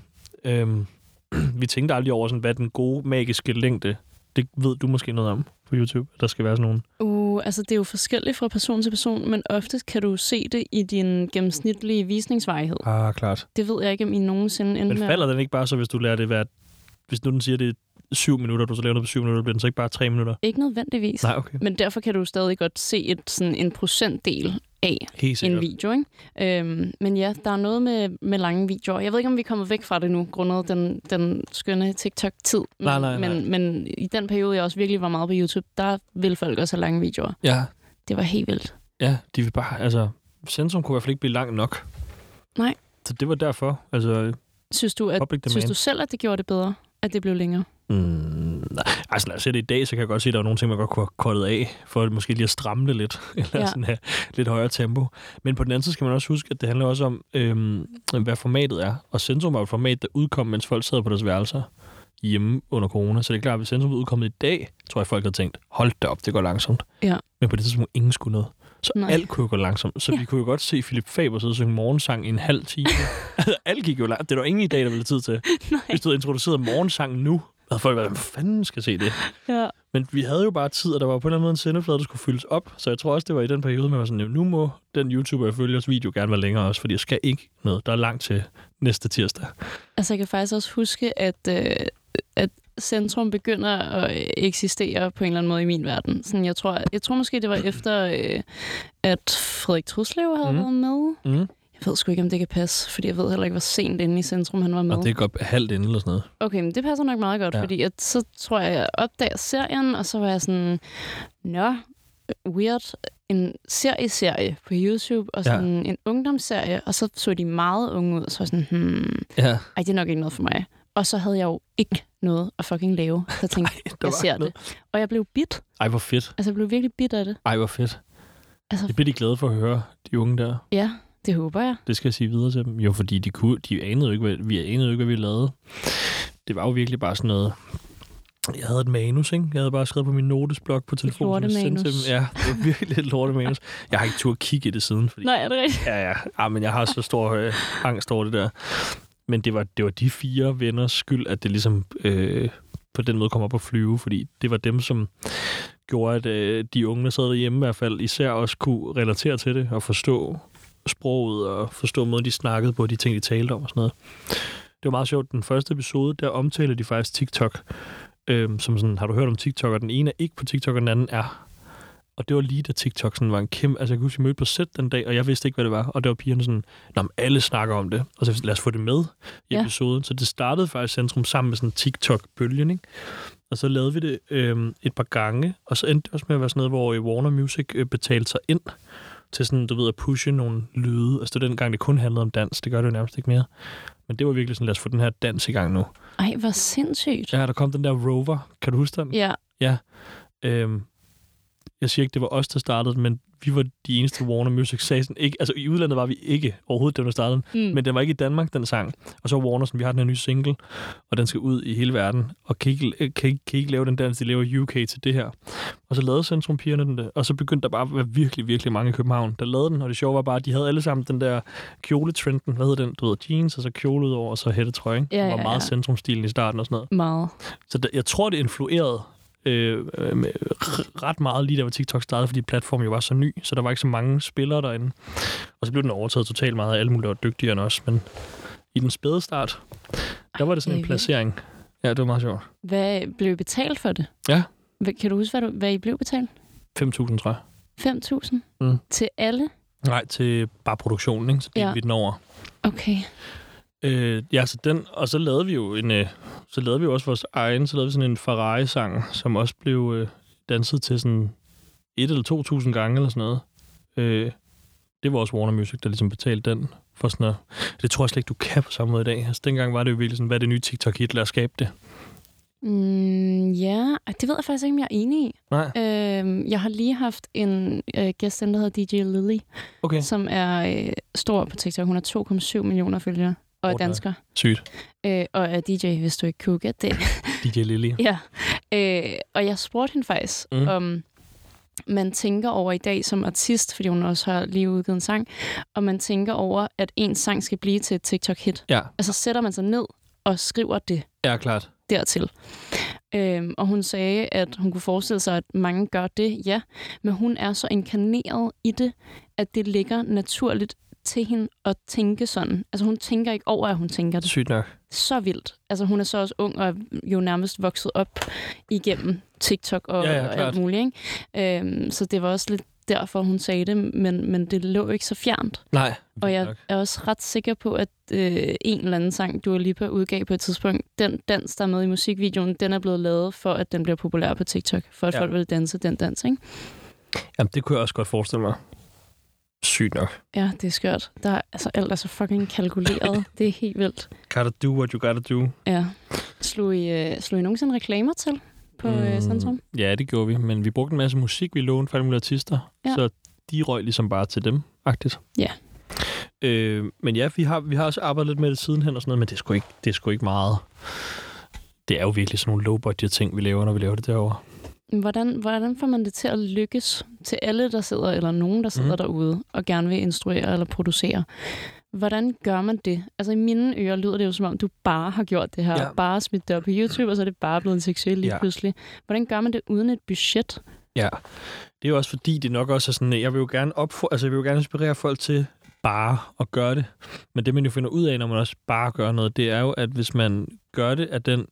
Vi tænkte aldrig over, sådan, hvad den gode, magiske længde. Det ved du måske noget om på YouTube, der skal være sådan nogen. Altså det er jo forskelligt fra person til person, men oftest kan du se det i din gennemsnitlige visningsvarighed. Klart. Det ved jeg ikke, om I nogensinde endte med. Men falder den ikke bare så, hvis du lærer det være... Hvis nu den siger, det er 7 minutter, du så laver noget på 7 minutter, bliver den så ikke bare 3 minutter? Ikke nødvendigvis. Nej, okay. Men derfor kan du stadig godt se en procentdel af en video, ikke? Men ja, der er noget med lange videoer. Jeg ved ikke, om vi er kommet væk fra det nu, grundet den skønne TikTok-tid. Men i den periode, jeg også virkelig var meget på YouTube, der ville folk også have lange videoer. Ja. Det var helt vildt. Ja, de vil bare... Altså, Centrum kunne i hvert fald ikke blive lang nok. Nej. Så det var derfor. Altså, synes du selv, at det gjorde det bedre? At det blev længere? Altså, når jeg ser det i dag, så kan jeg godt se, at der er nogle ting, man godt kunne have kortet af, for måske lige at stramme det lidt, eller sådan have lidt højere tempo. Men på den anden side skal man også huske, at det handler også om, hvad formatet er. Og Centrum er et format, der udkom, mens folk sad på deres værelser hjemme under corona. Så det er klart, at hvis Centrum var udkommet i dag, tror jeg, folk havde tænkt, hold da op, det går langsomt. Ja. Men på det tidspunkt, ingen skulle noget. Så alt kunne jo gå langsomt. Så vi kunne jo godt se Philip Faber sidde og synge morgensang i en halv time. Altså, alt gik jo langsomt. Det var ingen i dag, der ville tid til. Hvis du havde introduceret morgensang nu, havde folk været, hvad fanden skal se det? Ja. Men vi havde jo bare tid, og der var på en eller anden måde en sendeflade, der skulle fyldes op. Så jeg tror også, det var i den periode, man var sådan, nu må den YouTuber, jeg følger video, gerne være længere også, fordi jeg skal ikke noget. Der er langt til næste tirsdag. Altså, jeg kan faktisk også huske, at Centrum begynder at eksistere på en eller anden måde i min verden. Sådan, jeg tror måske, det var efter, at Frederik Truslev havde været med. Jeg ved sgu ikke, om det kan passe, fordi jeg ved heller ikke, hvor sent inde i Centrum han var med. Og det er godt halvt inde eller sådan noget. Okay, men det passer nok meget godt, fordi at, så tror jeg opdager serien, og så var jeg sådan, weird, en serie på YouTube, og sådan en ungdomsserie, og så de meget unge ud, og så var sådan, det er nok ikke noget for mig. Og så havde jeg jo ikke noget at fucking lave. Så jeg tænkte, jeg ser det. Og jeg blev bit. Ej, hvor fedt. Altså, jeg blev virkelig bit af det. Ej, hvor fedt. Altså, det bliver de glade for at høre, de unge der. Ja, det håber jeg. Det skal jeg sige videre til dem. Jo, fordi de anede jo ikke, hvad vi lavede. Det var jo virkelig bare sådan noget... Jeg havde et manus, ikke? Jeg havde bare skrevet på min notesblok på telefonen. Et lortemanus. Ja, det var virkelig et lortemanus. Jeg har ikke turde kigge i det siden. Fordi... Nej, er det rigtigt? Ja, men jeg har så stor angst over det der. Men det var de 4 venners skyld, at det ligesom på den måde kom op at flyve, fordi det var dem, som gjorde, at de unge, der sad derhjemme i hvert fald, især også kunne relatere til det og forstå sproget og forstå måden, de snakkede på, de ting, de talte om og sådan noget. Det var meget sjovt. Den første episode, der omtaler de faktisk TikTok, som sådan, har du hørt om TikTok, og den ene er ikke på TikTok, og den anden er. Og det var lige da TikTok sådan var en kæmpe... Altså, jeg kunne huske, vi mødte på sæt den dag, og jeg vidste ikke, hvad det var. Og der var pigerne sådan, alle snakker om det. Og så lad os få det med i episoden. Så det startede faktisk Centrum sammen med sådan en TikTok-bølgen, ikke? Og så lavede vi det et par gange. Og så endte det også med at være sådan noget, hvor Warner Music betalte sig ind til sådan, du ved, at pushe nogle lyde. Altså, det var dengang, det kun handlede om dans. Det gør det jo nærmest ikke mere. Men det var virkelig sådan, lad os få den her dans i gang nu. Ej, hvor sindssygt. Ja, der kom den der Rover. Kan du huske den? Ja. Ja. Jeg siger ikke, det var os, der startede, men vi var de eneste Warner Music sagde sådan, ikke, altså i udlandet var vi ikke overhovedet dem, der startede, men den var ikke i Danmark, den sang. Og så Warner sådan, vi har den her nye single, og den skal ud i hele verden, og kan ikke lave den dans, de laver UK til det her. Og så lavede Centrum-pigerne den, og så begyndte der bare at være virkelig, virkelig mange i København, der lavede den, og det sjove var bare, at de havde alle sammen den der kjoletrenden, hvad hedder den, du ved, jeans, og så kjole ud over, og så hættetrøje, ikke? Det var meget Centrum-stilen i starten og sådan noget. Meget. Så jeg tror, det influerede ret meget lige der, hvor TikTok startede, fordi platformen jo var så ny, så der var ikke så mange spillere derinde. Og så blev den overtaget totalt meget af alle mulige, der var dygtigere end os, men i den spæde start, der var det sådan en placering. Ja, det var meget sjovt. Hvad blev betalt for det? Ja. Kan du huske, hvad I blev betalt? 5.000, tror jeg. 5.000? Til alle? Nej, til bare produktionen, ikke? Så delte vi den over. Okay. Så den, og så lavede vi jo så lavede vi også vores egen, så lavede vi sådan en Ferrari-sang, som også blev danset til sådan 1.000 eller 2.000 gange eller sådan noget. Det var også Warner Music, der ligesom betalte den for sådan noget. Det tror jeg slet ikke, du kan på samme måde i dag. Altså dengang var det jo virkelig sådan, hvad er det nye TikTok-hit, lad os skabe det. Ja, det ved jeg faktisk ikke, om jeg er enig i. Nej. Jeg har lige haft en gæst, der hedder DJ Lily, som er stor på TikTok. Hun har 2,7 millioner følgere. Og er dansker. Sygt. Og er DJ, hvis du ikke kunne gætte det. DJ Lily. Ja. Og jeg spurgte hende faktisk, om man tænker over i dag som artist, fordi hun også har lige udgivet en sang, og man tænker over, at ens sang skal blive til et TikTok-hit. Ja. Altså sætter man sig ned og skriver det. Ja, klart. Dertil. Og hun sagde, at hun kunne forestille sig, at mange gør det, ja. Men hun er så inkarneret i det, at det ligger naturligt til hende at tænke sådan. Altså hun tænker ikke over, at hun tænker det. Sygt nok. Så vildt. Altså hun er så også ung og jo nærmest vokset op igennem TikTok og alt muligt. Ikke? Så det var også lidt derfor, hun sagde det, men det lå ikke så fjernt. Nej. Og jeg er også ret sikker på, at en eller anden sang, Dua Lipa udgav på et tidspunkt, den dans, der er med i musikvideoen, den er blevet lavet for, at den bliver populær på TikTok. For at folk vil danse den dans, ikke? Jamen, det kunne jeg også godt forestille mig. Sygt nok. Ja, det er skørt. Alt er så fucking kalkuleret. Det er helt vildt. Gotta do what you gotta do. Ja. Slog I nogensinde reklamer til på Centrum? Ja, det gjorde vi, men vi brugte en masse musik, vi lånte for alle mulige artister, så de røg ligesom bare til dem-agtigt. Ja. Men ja, vi har også arbejdet lidt med det sidenhen og sådan noget, men det er sgu ikke meget. Det er jo virkelig sådan nogle low-budget ting, vi laver, når vi laver det derovre. Hvordan får man det til at lykkes til alle, der sidder, eller nogen, der sidder derude, og gerne vil instruere eller producere? Hvordan gør man det? Altså i mine ører lyder det jo som om, du bare har gjort det her, bare smidt det op på YouTube, og så er det bare blevet en seksuel lige pludselig. Hvordan gør man det uden et budget? Ja, det er jo også fordi, det nok også er sådan, jeg vil jo gerne inspirere folk til bare at gøre det. Men det, man jo finder ud af, når man også bare gør noget, det er jo, at hvis man gør det af den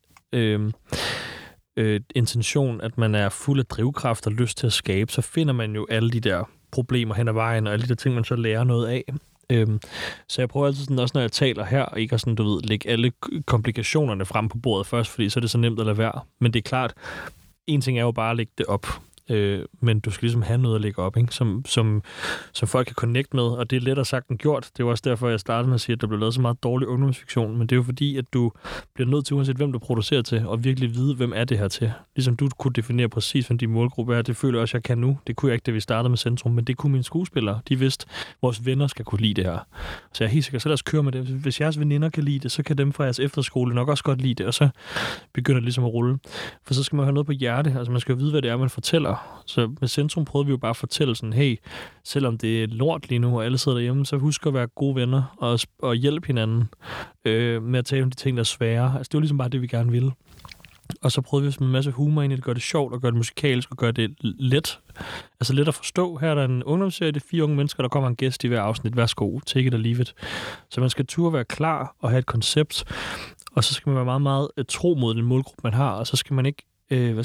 intention, at man er fuld af drivkraft og lyst til at skabe, så finder man jo alle de der problemer hen ad vejen, og alle de der ting, man så lærer noget af. Så jeg prøver altid sådan, også når jeg taler her, ikke at sådan, du ved, lægge alle komplikationerne frem på bordet først, fordi så er det så nemt at lade være. Men det er klart, en ting er jo bare at lægge det op. Men du skal ligesom have noget at lægge op, ikke? Som folk kan connecte med, og det er lettere sagt end gjort. Det er også derfor, jeg startede med at sige, at der blev lavet så meget dårlig ungdomsfiktion, men det er jo fordi, at du bliver nødt til, uanset hvem du producerer til, og virkelig vide, hvem er det her til. Ligesom du kunne definere præcis, hvem din målgruppe er, det føler jeg også, jeg kan nu. Det kunne jeg ikke, da vi startede med Centrum, men det kunne mine skuespillere. De vidste, at vores venner skal kunne lide det her. Så jeg er helt sikker, så lad os køre med det. Hvis jeres veninder kan lide det, så kan dem fra jeres efterskole nok også godt lide det, og så begynder det ligesom at rulle. For så skal man have noget på hjerte, altså man skal jo vide, hvad det er, man fortæller. Så med Centrum prøvede vi jo bare at fortælle sådan, hey, selvom det er lort lige nu, og alle sidder derhjemme, så husk at være gode venner og hjælpe hinanden med at tale om de ting, der er svære. Altså det var ligesom bare det, vi gerne ville. Og så prøvede vi med en masse humor ind i det, gøre det sjovt, og gøre det musikalsk, og gøre det let. Altså let at forstå. Her er der en ungdomsserie, det er 4 unge mennesker, der kommer en gæst i hver afsnit. Værsgo, take it or leave it. Så man skal turde være klar og have et koncept, og så skal man være meget, meget tro mod den målgruppe, man har, og så skal man ikke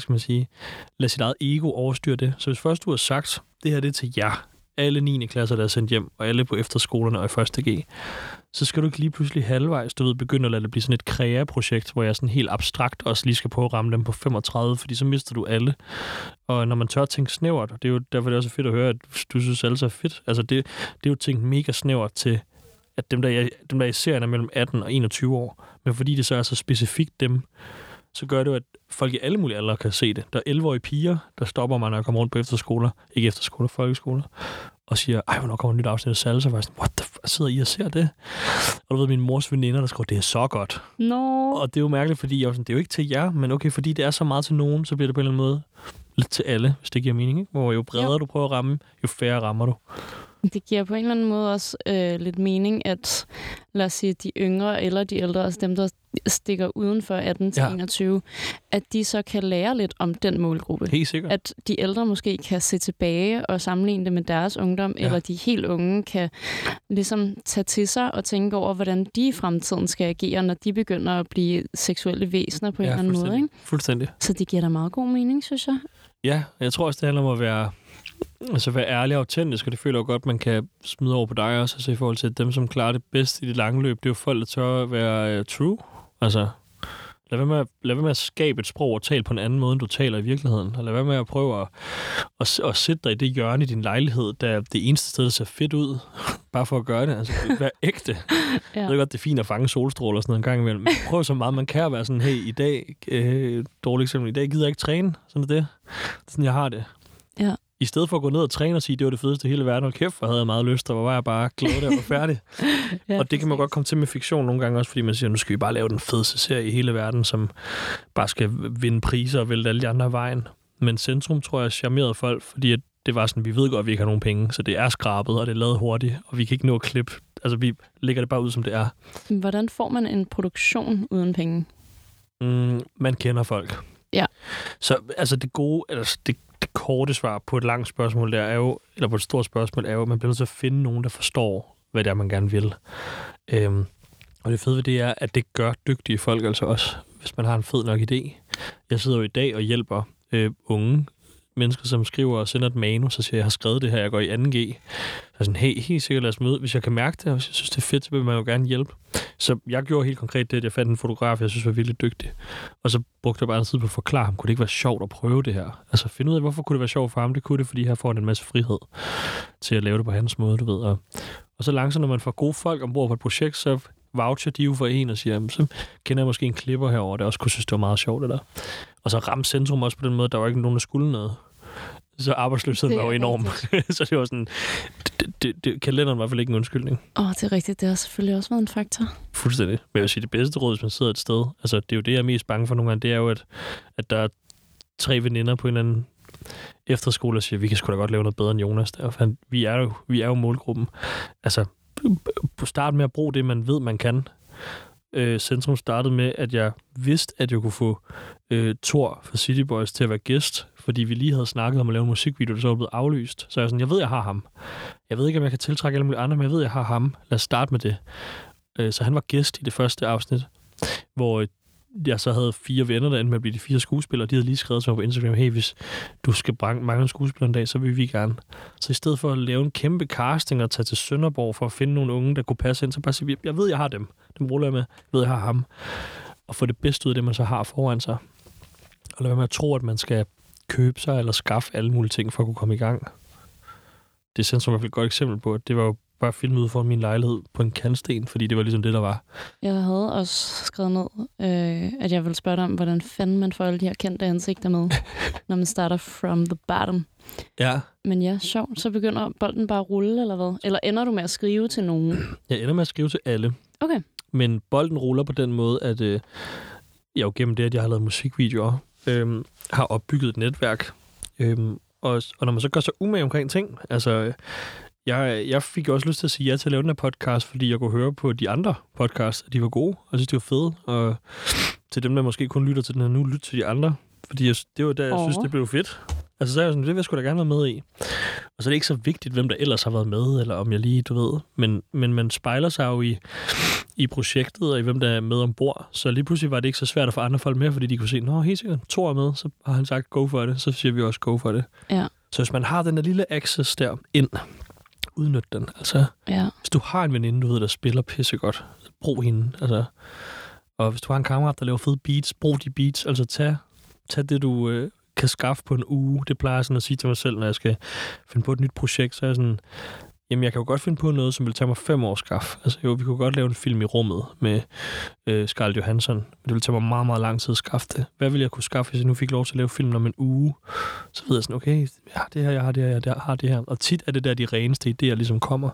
lad sit eget ego overstyre det. Så hvis først du har sagt, det her det er til jer, alle 9. klasser, der er sendt hjem, og alle på efterskolerne og i 1. G, så skal du ikke lige pludselig halvvejs, begynde at lade det blive sådan et kreaprojekt, hvor jeg sådan helt abstrakt også lige skal prøve at ramme dem på 35, fordi så mister du alle. Og når man tør tænke snævert, og det er jo derfor, det er også fedt at høre, at du synes, alle er fedt. Altså det er jo tænkt mega snævert til, at dem, der er i serien er mellem 18 og 21 år, men fordi det så er så specifikt dem, så gør det jo, at folk i alle mulige aldre kan se det. Der er 11-årige piger, der stopper mig, når jeg kommer rundt på efterskoler, ikke efterskoler, folkeskoler, og siger, hvornår kommer et nyt afsnit af Salsa? Og sådan, what the fuck, sidder I og ser det? Og du ved, min mors veninder, der skriver, det er så godt. No. Og det er jo mærkeligt, fordi jeg var sådan, det er jo ikke til jer, men okay, fordi det er så meget til nogen, så bliver det på en eller anden måde lidt til alle, hvis det giver mening, ikke? Hvor jo bredere du prøver at ramme, jo færre rammer du. Det giver på en eller anden måde også lidt mening, at lad os sige, de yngre eller de ældre, altså dem, der stikker uden for 18 til 21, at de så kan lære lidt om den målgruppe. Helt sikkert. At de ældre måske kan se tilbage og sammenligne det med deres ungdom, eller de helt unge kan ligesom tage til sig og tænke over, hvordan de i fremtiden skal agere, når de begynder at blive seksuelle væsener på en eller anden måde. Ikke? Fuldstændig. Så det giver da meget god mening, synes jeg. Ja, jeg tror også, det handler om at være ærlig og autentisk, og det føler jeg godt, man kan smide over på dig også, altså i forhold til, at dem, som klarer det bedst i det lange løb, det er jo folk, der tør at være true. Altså, lad være med at skabe et sprog og tale på en anden måde, end du taler i virkeligheden. Og lad være med at prøve at sætte dig i det hjørne i din lejlighed, der er det eneste sted, der ser fedt ud, bare for at gøre det. Altså, vær ægte. Jeg ved godt, det er fint at fange solstråler og sådan noget en gang imellem, men prøv så meget, man kan at være sådan, hey, i dag, dårligt eksempel, i dag gider jeg ikke træne, sådan er det. Sådan jeg har det. Ja. I stedet for at gå ned og træne og sige, det var det fedeste i hele verden, og kæft, hvor havde jeg meget lyst, og hvor var jeg bare glad, der var færdig. Og det kan man godt komme til med fiktion nogle gange også, fordi man siger, nu skal vi bare lave den fedeste serie i hele verden, som bare skal vinde priser og vælte alle de andre af vejen. Men Centrum, tror jeg, charmerede folk, fordi at det var sådan, vi ved godt, at vi ikke har nogen penge, så det er skrabet, og det er lavet hurtigt, og vi kan ikke nå at klippe. Altså, vi lægger det bare ud, som det er. Hvordan får man en produktion uden penge? Man kender folk. Ja. Så altså det gode, altså det korte svar på et langt spørgsmål der er jo, eller på et stort spørgsmål er jo, at man bliver nødt til at finde nogen, der forstår, hvad det er, man gerne vil. Og det fede ved det er, at det gør dygtige folk altså også, hvis man har en fed nok idé. Jeg sidder jo i dag og hjælper unge mennesker, som skriver og sender et manus, så siger jeg har skrevet det her, jeg går i 2G. Så sådan, hey, helt sikkert lad os møde. Hvis jeg kan mærke det, og hvis jeg synes, det er fedt, så vil man jo gerne hjælpe. Så jeg gjorde helt konkret det, at jeg fandt en fotograf, jeg synes var virkelig dygtig. Og så brugte jeg bare en tid på at forklare ham, kunne det ikke være sjovt at prøve det her? Altså finde ud af, hvorfor kunne det være sjovt for ham? Det kunne det, fordi her får han en masse frihed til at lave det på hans måde, du ved. Og så langsomt, når man får gode folk ombord på et projekt, så voucher de jo for en og siger, jamen, så kender jeg måske en klipper herover, der også kunne synes, det var meget sjovt det der. Og så ramte Centrum også på den måde, der var ikke nogen, der skulle noget. Så arbejdsløsheden var jo enorm. Så det var sådan, kalenderen var i hvert fald ikke en undskyldning. Det er rigtigt. Det har selvfølgelig også været en faktor. Fuldstændig. Men jeg vil sige, det bedste råd, hvis man sidder et sted, altså det er jo det, jeg er mest bange for nogle gange, det er jo, at der er 3 veninder på en eller anden efterskole, og siger, vi kan sgu da godt lave noget bedre end Jonas der. For vi er jo målgruppen. Altså, start med at bruge det, man ved, man kan. Centrum startede med, at jeg vidste, at jeg kunne få Thor fra City Boys til at være gæst, fordi vi lige havde snakket om at lave en musikvideo, der så var blevet aflyst. Så jeg sådan, jeg ved, jeg har ham. Jeg ved ikke, om jeg kan tiltrække alle mulige andre, men jeg ved, jeg har ham. Lad os starte med det. Så han var gæst i det første afsnit, hvor jeg så havde 4 venner, der endte med at blive de 4 skuespillere. De havde lige skrevet til mig på Instagram, hey, hvis du skal mangle en skuespiller en dag, så vil vi gerne. Så i stedet for at lave en kæmpe casting og tage til Sønderborg for at finde nogle unge, der kunne passe ind, så bare sige, jeg ved, jeg har dem. Dem ruller jeg med. Jeg ved, jeg har ham. Og få det bedste ud af det, man så har foran sig. Og lad være med at tro, at man skal købe sig eller skaffe alle mulige ting for at kunne komme i gang. Det er sådan som i hvert fald et godt eksempel på, at det var jo bare filmet ud foran min lejlighed på en kantsten, fordi det var ligesom det, der var. Jeg havde også skrevet ned, at jeg ville spørge dig om, hvordan fanden man får alle de her kendte ansigter med, når man starter from the bottom. Ja. Men ja, sjovt. Så begynder bolden bare at rulle, eller hvad? Eller ender du med at skrive til nogen? Jeg ender med at skrive til alle. Okay. Men bolden ruller på den måde, at jeg jo gennem det, at jeg har lavet musikvideoer, har opbygget et netværk. Og når man så gør sig umage omkring ting, altså... Jeg fik også lyst til at sige ja til at lave den her podcast, fordi jeg kunne høre på de andre podcasts, at de var gode, og jeg synes, de var fede. Og til dem, der måske kun lytter til den her nu, lyt til de andre. Fordi det var der, jeg synes, det blev fedt. Altså, så er jeg sådan, det vil jeg sgu da gerne være med i. Og så er det ikke så vigtigt, hvem der ellers har været med, eller om jeg lige, du ved. Men man spejler sig jo i projektet, og i hvem der er med ombord. Så lige pludselig var det ikke så svært at få andre folk med, fordi de kunne se, nå, helt sikkert, Thor er med, så har han sagt, go for det. Så siger vi også, go for det. Ja. Så hvis man har den der lille access der ind, udnyt den. Altså, hvis du har en veninde, du ved, der spiller pissegodt, brug hende. Altså, og hvis du har en kammerat, der laver fede beats, brug de beats. Altså, tag det, du kan skaffe på en uge. Det plejer jeg sådan at sige til mig selv, når jeg skal finde på et nyt projekt. Så er jeg sådan, jamen, jeg kan jo godt finde på noget, som vil tage mig 5 år at skaffe. Altså, jo, vi kunne godt lave en film i rummet med Scarlett Johansson, men det ville tage mig meget, meget lang tid at skaffe det. Hvad ville jeg kunne skaffe, hvis jeg nu fik lov til at lave film om en uge? Så ved jeg sådan, okay, jeg har det her, jeg har det her, jeg har det her. Og tit er det der de reneste idéer ligesom kommer.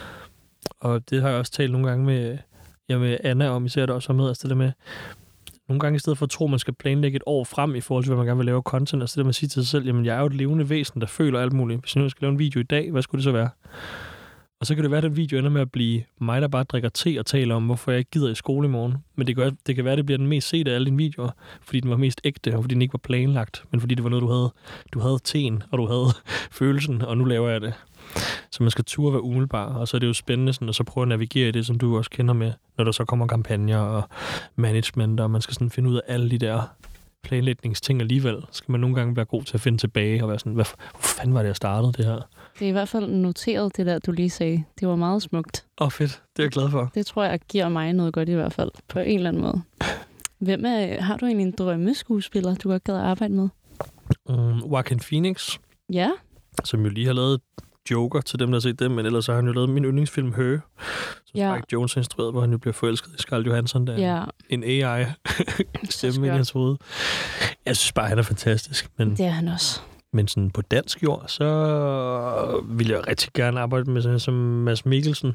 Og det har jeg også talt nogle gange med Anna om, især der også med, altså det der med, nogle gange i stedet for at tro, at man skal planlægge et år frem i forhold til, hvad man gerne vil lave content, altså det der med at sige til sig selv, jamen jeg er jo et levende væsen, der føler alt muligt. Hvis jeg nu skal lave en video i dag, hvad skulle det så være? Og så kan det være, at den video ender med at blive mig, der bare drikker te og taler om, hvorfor jeg ikke gider i skole i morgen. Men det kan være, at det bliver den mest set af alle dine videoer, fordi den var mest ægte, og fordi den ikke var planlagt, men fordi det var noget, du havde teen, og du havde følelsen, og nu laver jeg det. Så man skal turde være umiddelbar, og så er det jo spændende sådan, at så prøve at navigere i det, som du også kender med, når der så kommer kampagner og management, og man skal sådan finde ud af alle de der planlægningsting alligevel. Skal man nogle gange være god til at finde tilbage og være sådan, hvor fanden var det, jeg startede det her? Det er i hvert fald noteret, det der, du lige sagde. Det var meget smukt. Fedt. Det er jeg glad for. Det tror jeg giver mig noget godt i hvert fald, på en eller anden måde. Har du egentlig en drømmeskuespiller, du godt gad at arbejde med? Joaquin Phoenix. Ja. Som jo lige har lavet Joker til dem, der har set dem, men ellers har han jo lavet min yndlingsfilm Her, som Spike Jonze instruerede, hvor han jo bliver forelsket i Scarlett Johansson, der er en AI-stemme i hans hoved. Jeg synes bare, han er fantastisk. Men det er han også. Men sådan på dansk jord, så vil jeg rigtig gerne arbejde med sådan som Mads Mikkelsen.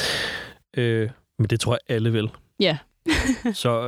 Men det tror jeg, alle vil. Ja. Så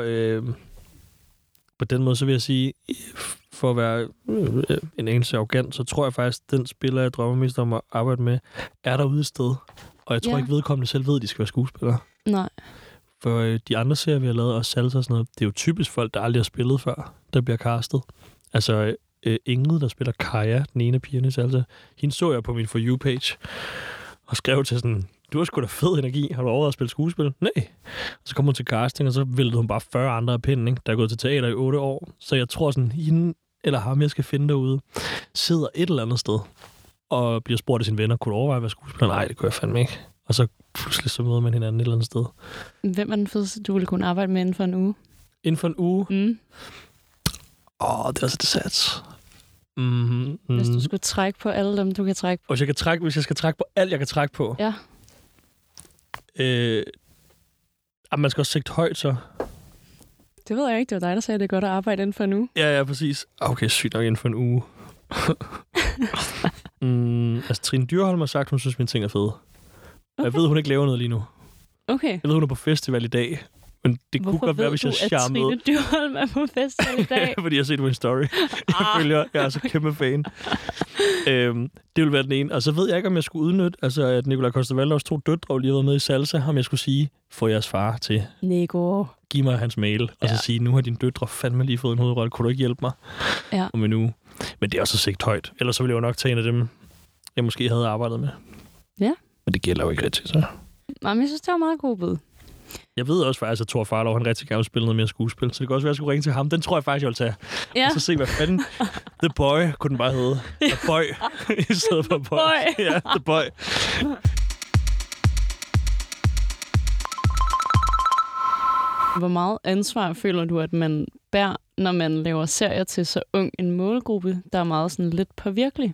på den måde, så vil jeg sige, for at være en eneste arrogant, så tror jeg faktisk, den spiller, jeg drømmer mest om at arbejde med, er derude et sted. Og jeg tror ikke vedkommende selv ved, at de skal være skuespillere. Nej. For de andre serier, vi har lavet, også salsa og sådan noget, det er jo typisk folk, der aldrig har spillet før, der bliver castet. Altså Ingrid, der spiller Kaja, den ene af pigerne i salsa, hende så jeg på min For You-page, og skrev til sådan, du har sgu da fed energi, har du overvejet at spille skuespil? Nej. Og så kom hun til casting, og så væltede hun bare 40 andre af pinden, ikke? Der er gået til teater i 8 år. Så jeg tror sådan, hende eller ham, jeg skal finde derude, sidder et eller andet sted, og bliver spurgt af sine venner, kunne du overveje at være skuespiller? Nej, det kunne jeg fandme ikke. Og så pludselig så møder man hinanden et eller andet sted. Hvem er den fedeste, du ville kunne arbejde med inden for en uge? Inden for en uge? Mm. Det er altså det sats. Hvis du skulle trække på alle dem, du kan trække på. Hvis jeg skal trække på alt, jeg kan trække på. Ja. Man skal også sigte højt, så. Det ved jeg ikke. Det var dig, der sagde, at det er godt at arbejde inden for en uge. Ja, præcis. Okay, sygt nok inden for en uge. Trine Dyrholm har sagt, hun synes, mine ting er fede. Okay. Jeg ved, hun ikke laver noget lige nu. Okay. Jeg ved, hun er på festival i dag. Men det kunne godt være, hvis jeg charmede. Hvorfor ved du, at Trine Dyrholm er på festival i dag? Fordi jeg har set på en story. Jeg er så kæmpe fan. Det vil være den ene. Og så ved jeg ikke, om jeg skulle udnytte, altså at Nikolaj Coster-Waldau's 2 døtre lige har været med i Salsa, om jeg skulle sige, få jeres far til. Nico. Giv mig hans mail, og så sige, nu har dine døtre fandme lige fået en hovedrolle. Kunne du ikke hjælpe mig om en uge? Men det er også sigt højt. Ellers så ville jeg jo nok tage en af dem, jeg måske havde arbejdet med. Ja. Men det gælder jo ikke rigtig, så. Nej, men jeg synes, det var meget god bud. Jeg ved også faktisk, at Thor Farlov, han rigtig gerne vil spille noget mere skuespil. Så det kan også være, at jeg skulle ringe til ham. Den tror jeg faktisk, jeg vil tage. Ja. Og så se, hvad fanden The Boy kunne den bare hedde. The Boy. I stedet for Boy. Ja, The Boy. Hvor meget ansvar føler du, at man bærer, når man laver serier til så ung en målgruppe, der er meget sådan lidt påvirkelig?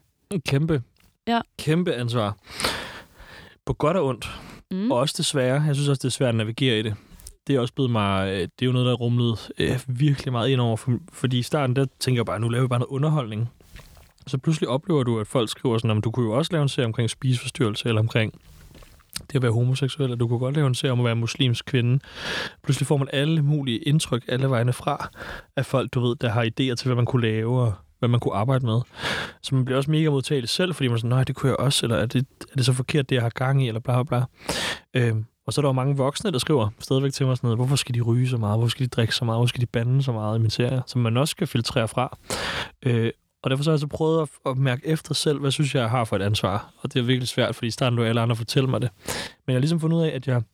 Kæmpe ansvar. På godt og ondt. Og også det svære. Jeg synes også, det er svært at navigere i det. Det er også blevet mig... Det er jo noget, der er rumlet virkelig meget ind over. Fordi i starten, der tænker jeg bare, nu laver vi bare noget underholdning. Så pludselig oplever du, at folk skriver sådan, at du kunne jo også lave en serie omkring spiseforstyrrelse, eller omkring det at være homoseksuel, og du kunne godt lave en serie om at være muslimsk kvinde. Pludselig får man alle mulige indtryk alle vegne fra af folk, du ved, der har idéer til, hvad man kunne lave, og hvad man kunne arbejde med. Så man bliver også mega modtagelig selv, fordi man er sådan, nej, det kunne jeg også, eller er det så forkert, det jeg har gang i, eller bla bla bla. Og så er der jo mange voksne, der skriver stadigvæk til mig sådan noget, hvorfor skal de ryge så meget, hvorfor skal de drikke så meget, hvorfor skal de bande så meget i min serie, som man også skal filtrere fra. Og derfor så har jeg så prøvet at mærke efter selv, hvad synes jeg har for et ansvar. Og det er virkelig svært, fordi i starten lå alle andre fortælle mig det. Men jeg har ligesom fundet ud af, at jeg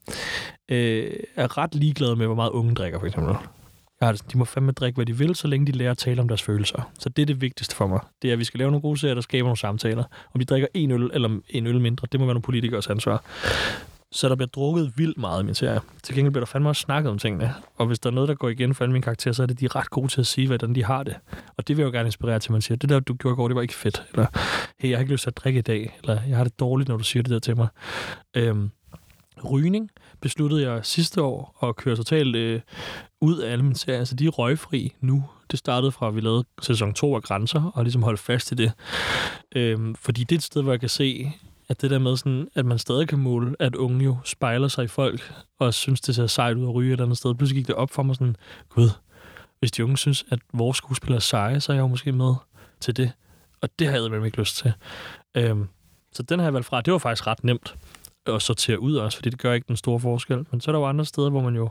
er ret ligeglad med, hvor meget unge drikker, for eksempel. De må fandme drikke, hvad de vil, så længe de lærer at tale om deres følelser. Så det er det vigtigste for mig. Det er, at vi skal lave nogle gode serier, der skaber nogle samtaler. Om de drikker en øl eller en øl mindre, det må være nogle politikers ansvar. Så der bliver drukket vildt meget i min serie. Til gengæld bliver der fandme også snakket om tingene. Og hvis der er noget, der går igen for alle mine karakterer, så er det, de er ret gode til at sige, hvordan de har det. Og det vil jeg jo gerne inspirere til, at man siger, det der, du gjorde i går, det var ikke fedt. Eller, hey, jeg har ikke lyst til at drikke i dag. Eller, jeg har det dårligt, når du siger det der til mig. Rygning besluttede jeg sidste år at køre totalt ud af alle mine serier. Altså, de er røgfri nu. Det startede fra, at vi lavede sæson 2 af Grænser, og ligesom holdt fast i det. Fordi det er et sted, hvor jeg kan se, at det der med sådan, at man stadig kan måle, at unge jo spejler sig i folk, og synes, det ser sejt ud at ryge et eller andet sted. Pludselig gik det op for mig sådan, gud, hvis de unge synes, at vores skuespillere er seje, så er jeg jo måske med til det. Og det har jeg ikke lyst til. Så den har jeg valgt fra. Det var faktisk ret nemt at sortere ud også, fordi det gør ikke den store forskel. Men så er der jo andre steder, hvor man jo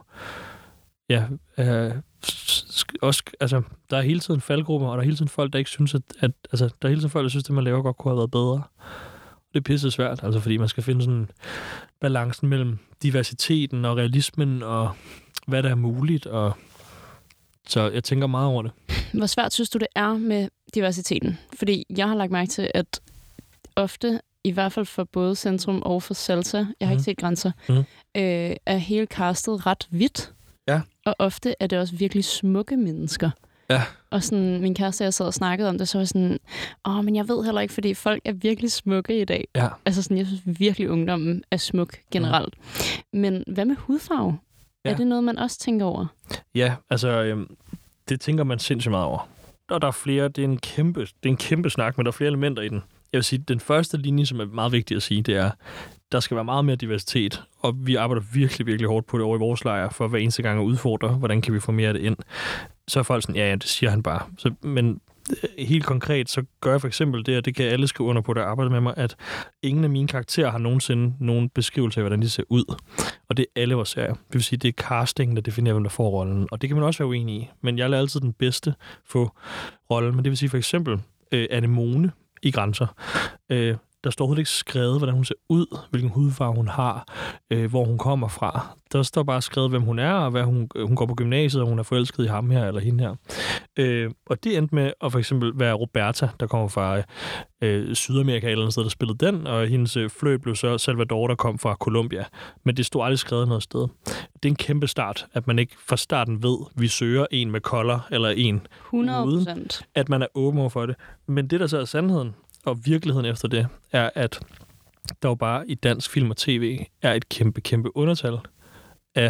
også, altså, der er hele tiden faldgrupper, og der er hele tiden folk, der ikke synes, at der er hele tiden folk, der synes, at man laver godt kunne have været bedre. Det er pisse svært, altså fordi man skal finde sådan balancen mellem diversiteten og realismen og hvad der er muligt. Og så jeg tænker meget over det. Hvor svært synes du, det er med diversiteten? Fordi jeg har lagt mærke til, at ofte, i hvert fald for både Centrum og for Salsa, jeg har ikke set Grænser, er hele castet ret hvidt. Ja. Og ofte er det også virkelig smukke mennesker. Ja. Og sådan, min kæreste og jeg sad og snakkede om det, så var sådan, men jeg ved heller ikke, fordi folk er virkelig smukke i dag. Ja. Altså sådan, jeg synes virkelig, ungdommen er smuk generelt. Ja. Men hvad med hudfarve? Ja. Er det noget, man også tænker over? Ja, altså, det tænker man sindssygt meget over. Og der er flere, det er en kæmpe snak, men der er flere elementer i den. Jeg vil sige, den første linje, som er meget vigtig at sige, det er, der skal være meget mere diversitet, og vi arbejder virkelig, virkelig hårdt på det over i vores lejr, for hver eneste gang at udfordre, hvordan kan vi få mere af det ind. Så er folk sådan, ja, det siger han bare. Men helt konkret, så gør jeg for eksempel det, og det kan alle skrive under på, der arbejder med mig, at ingen af mine karakterer har nogensinde nogen beskrivelse af, hvordan de ser ud. Og det er alle vores serier. Det vil sige, det er castingen, der definerer, hvem der får rollen. Og det kan man også være uenig i. Men jeg lader altid den bedste få rollen. Men det vil sige for eksempel, Anemone i Grænser. Der står overhovedet ikke skrevet, hvordan hun ser ud, hvilken hudfarve hun har, hvor hun kommer fra. Der står bare skrevet, hvem hun er, og hvad hun går på gymnasiet, og hun er forelsket i ham her eller hende her. Og det endte med at for eksempel være Roberta, der kommer fra Sydamerika eller andet sted, der spillede den, og hendes fløjt blev så Salvador, der kom fra Colombia. Men det stod aldrig skrevet noget sted. Det er en kæmpe start, at man ikke fra starten ved, at vi søger en med kolder eller en 100%. Uden, at man er åben over for det. Men det, der så er sandheden, og virkeligheden efter det, er, at der jo bare i dansk film og tv er et kæmpe, kæmpe undertal af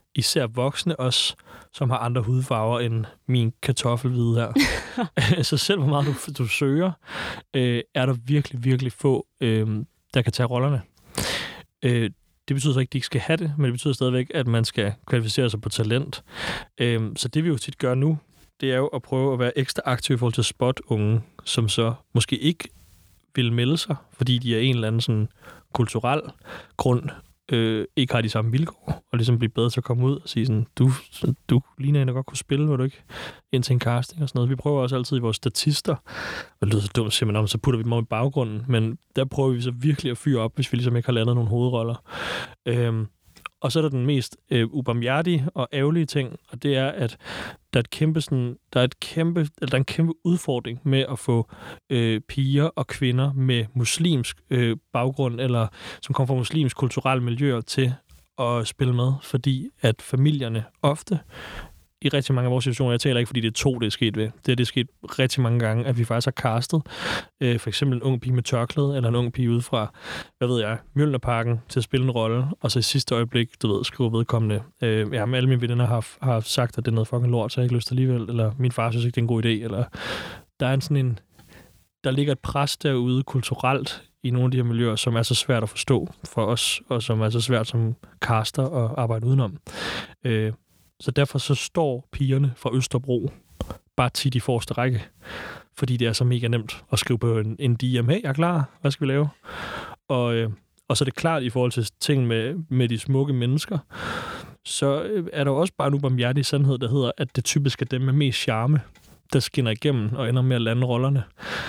især voksne også, som har andre hudfarver end min kartoffelhvide her. Så selv hvor meget du søger, er der virkelig, virkelig få, der kan tage rollerne. Det betyder så ikke, at de ikke skal have det, men det betyder stadigvæk, at man skal kvalificere sig på talent. Så det vi jo tit gør nu, det er jo at prøve at være ekstra aktiv i forhold til at spotte unge, som så måske ikke vil melde sig, fordi de er en eller anden sådan kulturel grund, ikke har de samme vilkår, og ligesom blive bedre til at komme ud og sige sådan, du ligner en, der godt kunne spille, vil du ikke? Ind til en casting og sådan noget. Vi prøver også altid i vores statister, og det lyder så dumt, siger man, så putter vi dem om i baggrunden, men der prøver vi så virkelig at fyre op, hvis vi ligesom ikke har landet nogle hovedroller. Og så er der den mest ubarmhjertige og ærgerlige ting, og det er, at der er en kæmpe udfordring med at få piger og kvinder med muslimsk baggrund, eller som kommer fra muslimsk kulturelle miljøer til at spille med, fordi at familierne ofte, i rigtig mange af vores situationer, jeg taler ikke, fordi det er 2, det er sket ved. Det er sket rigtig mange gange, at vi faktisk har castet for eksempel en ung pige med tørklæde, eller en ung pige ude fra, Mjølnerparken til at spille en rolle, og så i sidste øjeblik, skriver vedkommende, alle mine venner har sagt, at det er noget fucking lort, så jeg har ikke lyst alligevel, eller min far synes ikke, det er en god idé, eller der er der ligger et pres derude kulturelt i nogle af de her miljøer, som er så svært at forstå for os, og som er så svært som caster at arbejde udenom. Så derfor så står pigerne fra Østerbro bare tit i forreste række, fordi det er så mega nemt at skrive på en DM, hey, jeg er klar, hvad skal vi lave? Og så er det klart i forhold til ting med de smukke mennesker, så er der også bare en ubarmhjertig sandhed, der hedder, at det typisk er dem med mest charme, der skinner igennem og ender med at lande rollerne.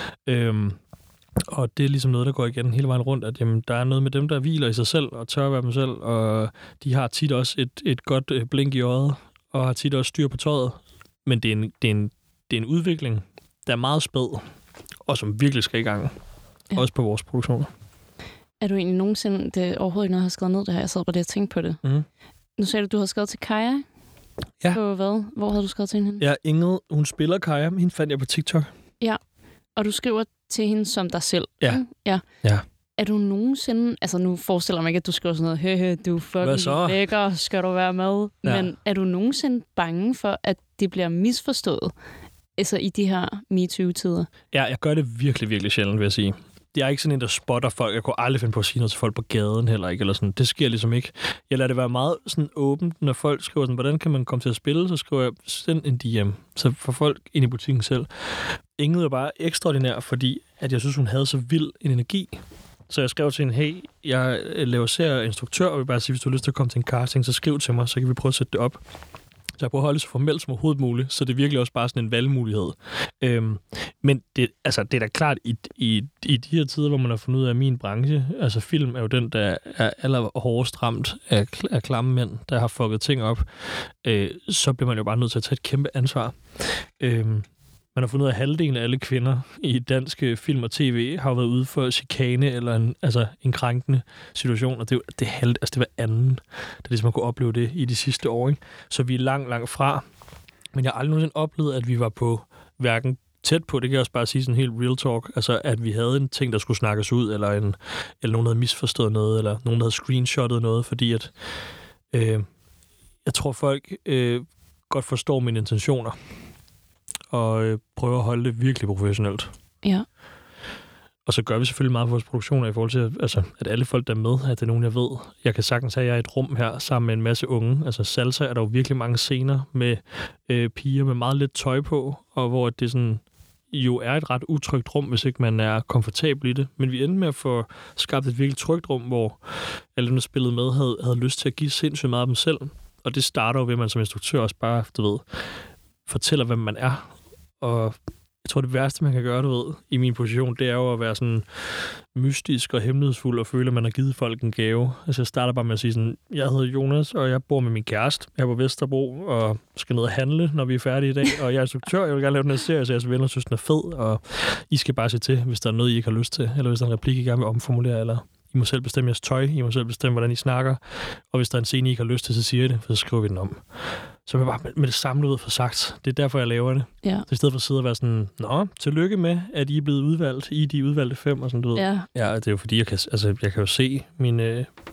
Og det er ligesom noget, der går igen hele vejen rundt, at jamen, der er noget med dem, der hviler i sig selv og tør være dem selv, og de har tit også et godt blink i øjet, og har tit også styr på tøjet. Men det er en udvikling, der er meget spæd, og som virkelig skal i gang. Ja. Også på vores produktioner. Er du egentlig nogensinde, det er overhovedet ikke noget, jeg har skrevet ned det her, jeg sad på det og tænkte på det. Mm. Nu sagde du havde skrevet til Kaja. Ja. På hvad? Hvor havde du skrevet til hende? Ja, Ingrid, hun spiller Kaja, hende fandt jeg på TikTok. Ja. Og du skriver til hende som dig selv. Ja. Ja. Ja. Er du nogensinde... Altså, nu forestiller mig ikke, at du skriver sådan noget, høhø, du er fucking lækker, skal du være med? Ja. Men er du nogensinde bange for, at det bliver misforstået? Altså i de her MeToo-tider? Ja, jeg gør det virkelig, virkelig sjældent, vil jeg sige. Det er ikke sådan en, der spotter folk. Jeg kunne aldrig finde på at sige noget til folk på gaden heller ikke. Eller sådan. Det sker ligesom ikke. Jeg lader det være meget sådan åbent, når folk skriver sådan, hvordan kan man komme til at spille? Så skriver jeg, send en DM. Så får folk ind i butikken selv. Ingrid er bare ekstraordinær, fordi at jeg synes, hun havde så vild en energi. Så jeg skrev til hende, hey, jeg laver serieinstruktør, og vil bare sige, hvis du har lyst til at komme til en casting, så skriv til mig, så kan vi prøve at sætte det op. Så jeg prøver at holde det så formelt som overhovedet muligt, så det er virkelig også bare sådan en valgmulighed. Men det er da klart, i de her tider, hvor man har fundet ud af min branche, altså film er jo den, der er allerhårdest ramt af klamme mænd, der har fucket ting op, så bliver man jo bare nødt til at tage et kæmpe ansvar. Man har fundet ud af, at halvdelen af alle kvinder i dansk film og tv har været ude for chikane eller en krænkende situation, og det er hver anden, der ligesom man kunne opleve det i de sidste år. Ikke? Så vi er langt fra. Men jeg har aldrig nogensinde oplevet, at vi var på hverken tæt på, det kan jeg også bare sige sådan helt real talk, altså at vi havde en ting, der skulle snakkes ud, eller nogen havde misforstået noget, eller nogen havde screenshottet noget, fordi at jeg tror, folk godt forstår mine intentioner og prøver at holde det virkelig professionelt. Ja. Og så gør vi selvfølgelig meget for vores produktioner i forhold til, at alle folk, der er med, at det er nogen, jeg ved. Jeg kan sagtens have, at jeg er i et rum her sammen med en masse unge. Altså Salsa er der jo virkelig mange scener med piger med meget lidt tøj på, og hvor det sådan, jo er et ret utrygt rum, hvis ikke man er komfortabel i det. Men vi endte med at få skabt et virkelig trygt rum, hvor alle dem, der spillede med, havde lyst til at give sindssygt meget af dem selv. Og det starter jo ved, at man som instruktør også bare, fortæller, hvem man er. Og jeg tror, det værste, man kan gøre, i min position, det er jo at være sådan mystisk og hemmelighedsfuld og føle, at man har givet folk en gave. Altså, jeg starter bare med at sige sådan, jeg hedder Jonas, og jeg bor med min kæreste. Jeg er på Vesterbro og skal ned og handle, når vi er færdige i dag. Og jeg er instruktør, jeg vil gerne lave den her serie, så jeres venner synes, den er fed. Og I skal bare se til, hvis der er noget, I ikke har lyst til. Eller hvis der er en replik, I gerne vil omformulere, eller I må selv bestemme jeres tøj. I må selv bestemme, hvordan I snakker. Og hvis der er en scene, I ikke har lyst til, så siger I det, for så skriver vi den om. Så jeg bare med det samlede ud for sagt. Det er derfor, jeg laver det. Ja. Så i stedet for at sidde og være sådan, tillykke med, at I er blevet udvalgt. I de udvalgte 5 og sådan, du ved. Ja. Ja, det er jo fordi, jeg kan jo se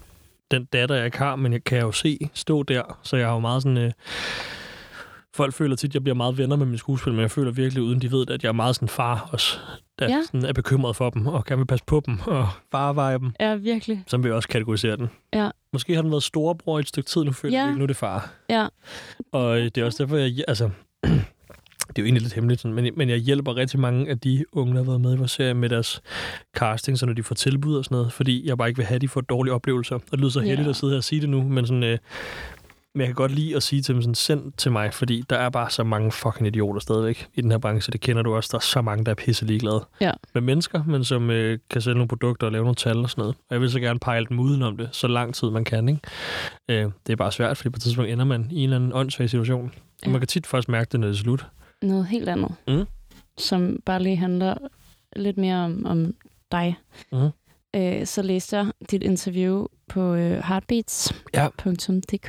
den datter, jeg ikke har, men jeg kan jo se stå der, så jeg har jo meget sådan... folk føler tit, at jeg bliver meget venner med mine skuespil, men jeg føler virkelig, uden de ved, at jeg er meget sådan far også, der sådan er bekymret for dem, og gerne vil passe på dem, og farveje dem. Ja, virkelig. Som vil også kategorisere den. Ja. Måske har den været storebror i et stykke tid, nu føler jeg ikke, nu er det far. Ja. Og det er også derfor, det er jo egentlig lidt hemmeligt, men jeg hjælper rigtig mange af de unge, der har været med i vores serie med deres casting, så når de får tilbud og sådan noget, fordi jeg bare ikke vil have, at de får dårlige oplevelser. Og det lyder så heldigt at sidde her og sige det nu, men sådan... Men jeg kan godt lide at sige til dem sådan, send til mig, fordi der er bare så mange fucking idioter stadigvæk i den her branche. Det kender du også. Der er så mange, der er pisse ligeglade med mennesker, men som kan sælge nogle produkter og lave nogle tal og sådan noget. Og jeg vil så gerne pejle dem udenom det, så lang tid man kan, ikke? Det er bare svært, fordi på et tidspunkt ender man i en eller anden åndssvag situation. Ja. Man kan tit først mærke det, når det er slut. Noget helt andet, som bare lige handler lidt mere om dig. Så læste jeg dit interview på heartbeats.dk,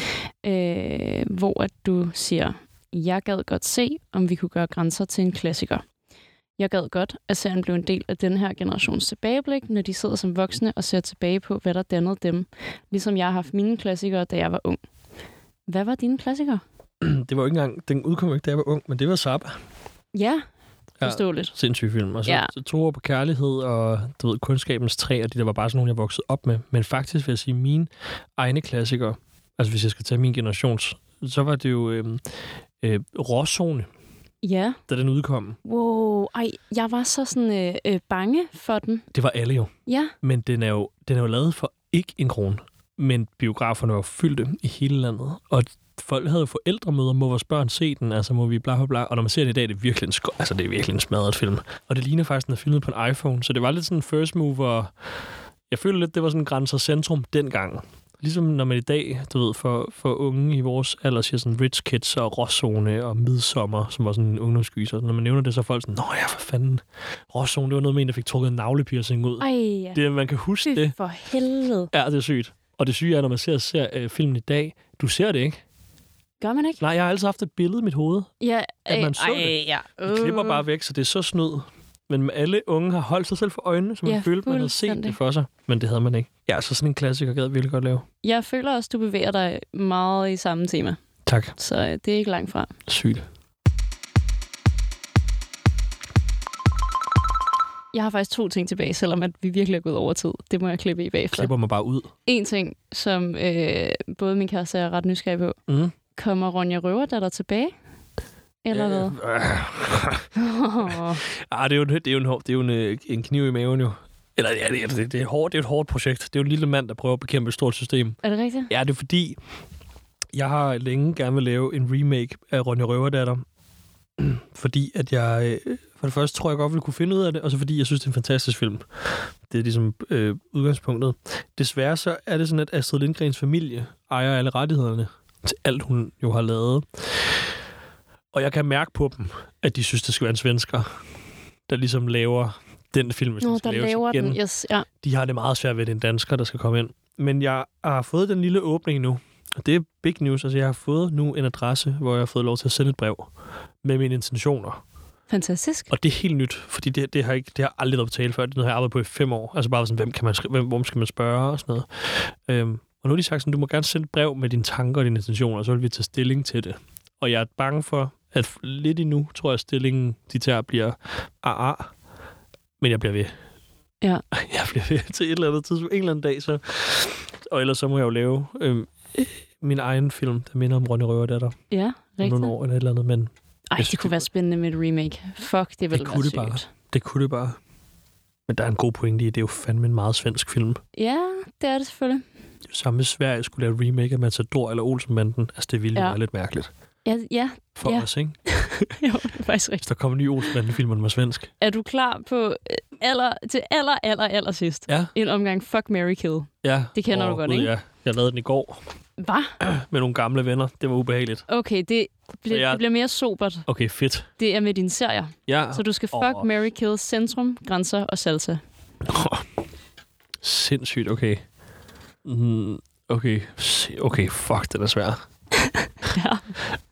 hvor at du siger, jeg gad godt se, om vi kunne gøre Grænser til en klassiker. Jeg gad godt, at serien blev en del af den her generations tilbageblik, når de sidder som voksne og ser tilbage på, hvad der dannede dem, ligesom jeg har haft mine klassikere, da jeg var ung. Hvad var dine klassikere? Det var jo ikke engang, den udkom ikke, da jeg var ung, men det var Zappa. Ja, forståeligt. Ja, sindssyg film. Og så 2 år på kærlighed og du ved, Kundskabens træ, og de der var bare sådan nogle, jeg voksede op med. Men faktisk vil jeg sige, mine egne klassikere, altså hvis jeg skal tage min generations, så var det jo Råzone. Ja. Da den udkom. Wow, jeg var så sådan bange for den. Det var alle jo. Ja. Men den er jo lavet for ikke 1 krone. Men biograferne var fyldte i hele landet. Og folk havde jo forældremøder, må vores børn se den, altså må vi bla bla bla. Og når man ser det i dag, det er virkelig en smadret film. Og det ligner faktisk, den er filmet på en iPhone. Så det var lidt sådan en first mover. Jeg føler lidt, det var sådan en Grænser centrum dengang. Ligesom når man i dag, du ved, for unge i vores alder siger sådan Rich Kids og Råzone og Midsommer, som var sådan en ungdomsgyser. Når man nævner det, så er folk sådan, nå ja, for fanden. Råzone, det var noget med en, der fik trukket en navlepiercing ud. Ej, det, man kan huske det. For helvede. Ja, det er sygt. Og det syge er, når man ser filmen i dag, du ser det ikke. Gør man ikke? Nej, jeg har altid haft et billede i mit hoved, at man så det. Ja. Det klipper bare væk, så det er så snyd. Men alle unge har holdt sig selv for øjnene, så man følte, man havde set det for sig. Men det havde man ikke. Ja, så sådan en klassiker gad jeg virkelig godt lave. Jeg føler også, du bevæger dig meget i samme tema. Tak. Så det er ikke langt fra. Sygt. Jeg har faktisk 2 ting tilbage, selvom at vi virkelig er gået over tid. Det må jeg klippe i bagefter. Klipper mig bare ud. En ting, som både min kæreste er ret nysgerrig på. Kommer Ronja Røverdatter tilbage? Eller hvad? Det er jo en kniv i maven jo. Eller det er hårdt. Det er et hårdt projekt. Det er jo en lille mand, der prøver at bekæmpe et stort system. Er det rigtigt? Ja, det er fordi, jeg har længe gerne vil lave en remake af Ronja Røverdatter. Fordi at jeg... For det første tror jeg godt, ville kunne finde ud af det, og så fordi jeg synes, det er en fantastisk film. Det er ligesom udgangspunktet. Desværre så er det sådan, at Astrid Lindgrens familie ejer alle rettighederne til alt, hun jo har lavet. Og jeg kan mærke på dem, at de synes, det skal være en svensker, der ligesom laver den film, hvis den skal laves igen. Den. Yes, ja. De har det meget svært ved, at det er en dansker, der skal komme ind. Men jeg har fået den lille åbning nu, og det er big news. Altså, jeg har fået nu en adresse, hvor jeg har fået lov til at sende et brev med mine intentioner. Fantastisk. Og det er helt nyt, fordi det har aldrig været på tale før. Det er noget, jeg har arbejdet på i 5 år. Altså bare sådan, hvem skal man spørge og sådan noget. Og nu har de sagt sådan, du må gerne sende et brev med dine tanker og dine intentioner, og så vil vi tage stilling til det. Og jeg er bange for, at lidt endnu, tror jeg, stillingen de tager bliver men jeg bliver ved. Ja. Jeg bliver ved til et eller andet tidspunkt, en eller anden dag, så... Og ellers så må jeg jo lave min egen film, der minder om Ronja Røverdatter. Ja, rigtigt. Nogle år eller et eller andet, men... det kunne være spændende med et remake. Fuck, det ville være sygt. Det kunne det bare. Men der er en god pointe i, det er jo fandme en meget svensk film. Ja, det er det selvfølgelig. Det er jo samme, hvis Sverige skulle lave et remake af Matador eller Olsenbanden. Altså, det ville jo være lidt mærkeligt. Ja. For os, ikke? Jo, det er faktisk rigtigt. Hvis der kommer en ny Olsenbanden-film, man var svensk. Er du klar på aller sidst? Ja. En omgang Fuck, Marry, Kill. Ja. Det kender du godt, ikke? Ja. Jeg lavede den i går. Hvad? Med nogle gamle venner. Det var ubehageligt. Okay, det bliver mere sobert. Okay, fedt. Det er med dine serier. Ja. Så du skal Fuck, Marry, Kill, Centrum, Grænser og Salsa. Sindssygt, okay. Okay, fuck, det er svært. Ja.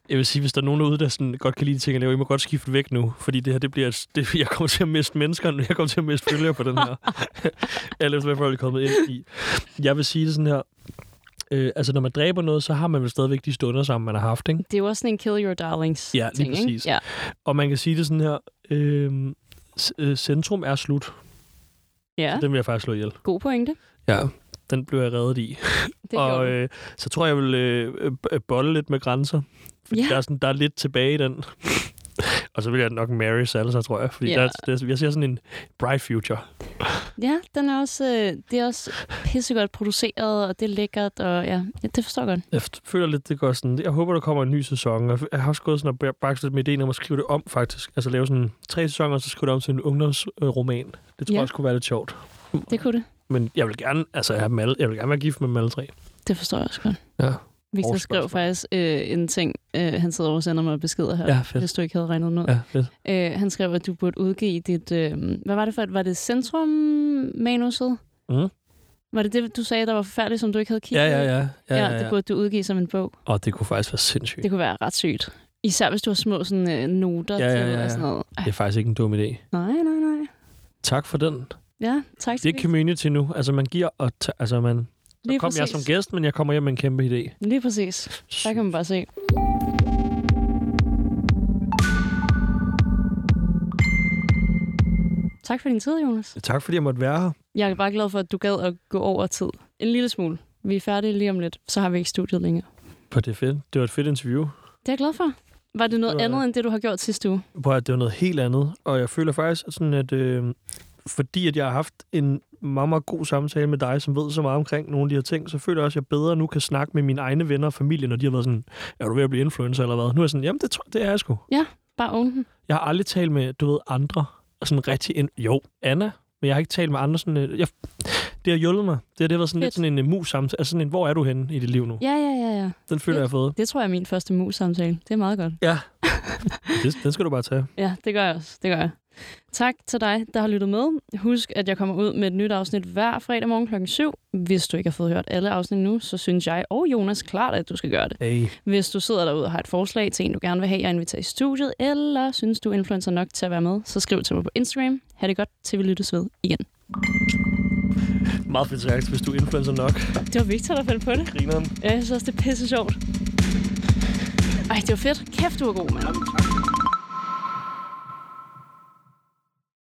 Jeg vil sige, hvis der er nogen derude, der sådan godt kan lide ting, I må godt skifte væk nu, fordi det her, det bliver... jeg kommer til at miste mennesker, nu. Jeg kommer til at miste følgere på den her. Eller hvad folk er kommet ind i. Jeg vil sige det sådan her. Altså, når man dræber noget, så har man vel stadigvæk de stunder sammen, man har haft, ikke? Det er jo også sådan en kill your darlings ja, ting, lige præcis. Ja. Og man kan sige det sådan her. Centrum er slut. Ja. Så den vil jeg faktisk slå ihjel. God pointe. Ja, den blev jeg reddet i. Og så tror jeg vil bolle lidt med grænser. Fordi der er lidt tilbage i den. Og så vil jeg nok marry Salsa, tror jeg. Fordi jeg ser sådan en bright future. Ja, den er også, det er også pissegodt produceret, og det er lækkert, og ja, det forstår jeg godt. Jeg føler lidt, det går sådan... Jeg håber, der kommer en ny sæson. Jeg har også gået sådan og bakset lidt med ideen om at skrive det om, faktisk. Altså lave sådan 3 sæsoner, og så skrive det om til en ungdomsroman. Det tror jeg også kunne være lidt sjovt. Det kunne det. Men jeg vil gerne, jeg vil gerne være gift med dem alle 3. Det forstår jeg også godt. Ja. Victor skrev faktisk en ting, han sidder over og sender mig beskeder her, hvis du ikke havde regnet noget. Ja, fedt. Han skrev, at du burde udgive dit... hvad var det for? Var det Centrum-manuset? Mm. Var det det, du sagde, der var forfærdeligt, som du ikke havde kigget? Ja, det burde du udgive som en bog. Og det kunne faktisk være sindssygt. Det kunne være ret sygt. Især hvis du har små sådan, noter til og sådan noget. Det er faktisk ikke en dum idé. Nej. Tak for den. Ja, tak. Det er community nu. Altså, man giver og... man... Så kom jeg som gæst, men jeg kommer hjem med en kæmpe idé. Lige præcis. Der kan man bare se. Tak for din tid, Jonas. Tak fordi jeg måtte være her. Jeg er bare glad for, at du gad at gå over tid. En lille smule. Vi er færdige lige om lidt, så har vi ikke studiet længere. Det er fedt. Det var et fedt interview. Det er jeg glad for. Var det noget andet, end det, du har gjort sidste uge? Det var noget helt andet. Og jeg føler faktisk sådan, at... fordi at jeg har haft en meget, meget god samtale med dig, som ved så meget omkring nogle af de her ting, så føler jeg også, at jeg bedre nu kan snakke med mine egne venner og familie, når de har været sådan, er du ved at blive influencer eller hvad? Nu er jeg sådan, jamen det er jeg sgu. Ja, bare own den. Jeg har aldrig talt med, andre, sådan rigtig Anna, men jeg har ikke talt med andre sådan, det har hjulpet mig. Det har været sådan lidt sådan en mus-samtale, altså sådan en, hvor er du henne i dit liv nu? Ja. Den føler jeg fået. Det tror jeg er min første mus-samtale. Det er meget godt. Ja, den skal du bare tage. Ja, det gør jeg også. Det gør jeg. Tak til dig, der har lyttet med. Husk, at jeg kommer ud med et nyt afsnit hver fredag morgen kl. 7. Hvis du ikke har fået hørt alle afsnit nu, så synes jeg og Jonas klart, at du skal gøre det. Hey. Hvis du sidder derude og har et forslag til en, du gerne vil have, jeg inviterer i studiet, eller synes du er influencer nok til at være med, så skriv til mig på Instagram. Ha' det godt, til vi lyttes ved igen. Meget fedt sagt, hvis du er influencer nok. Det var Victor, der fandt på det. Grineren. Ja, jeg synes også, det er pisse sjovt. Ej, det var fedt. Kæft, du var god, mand.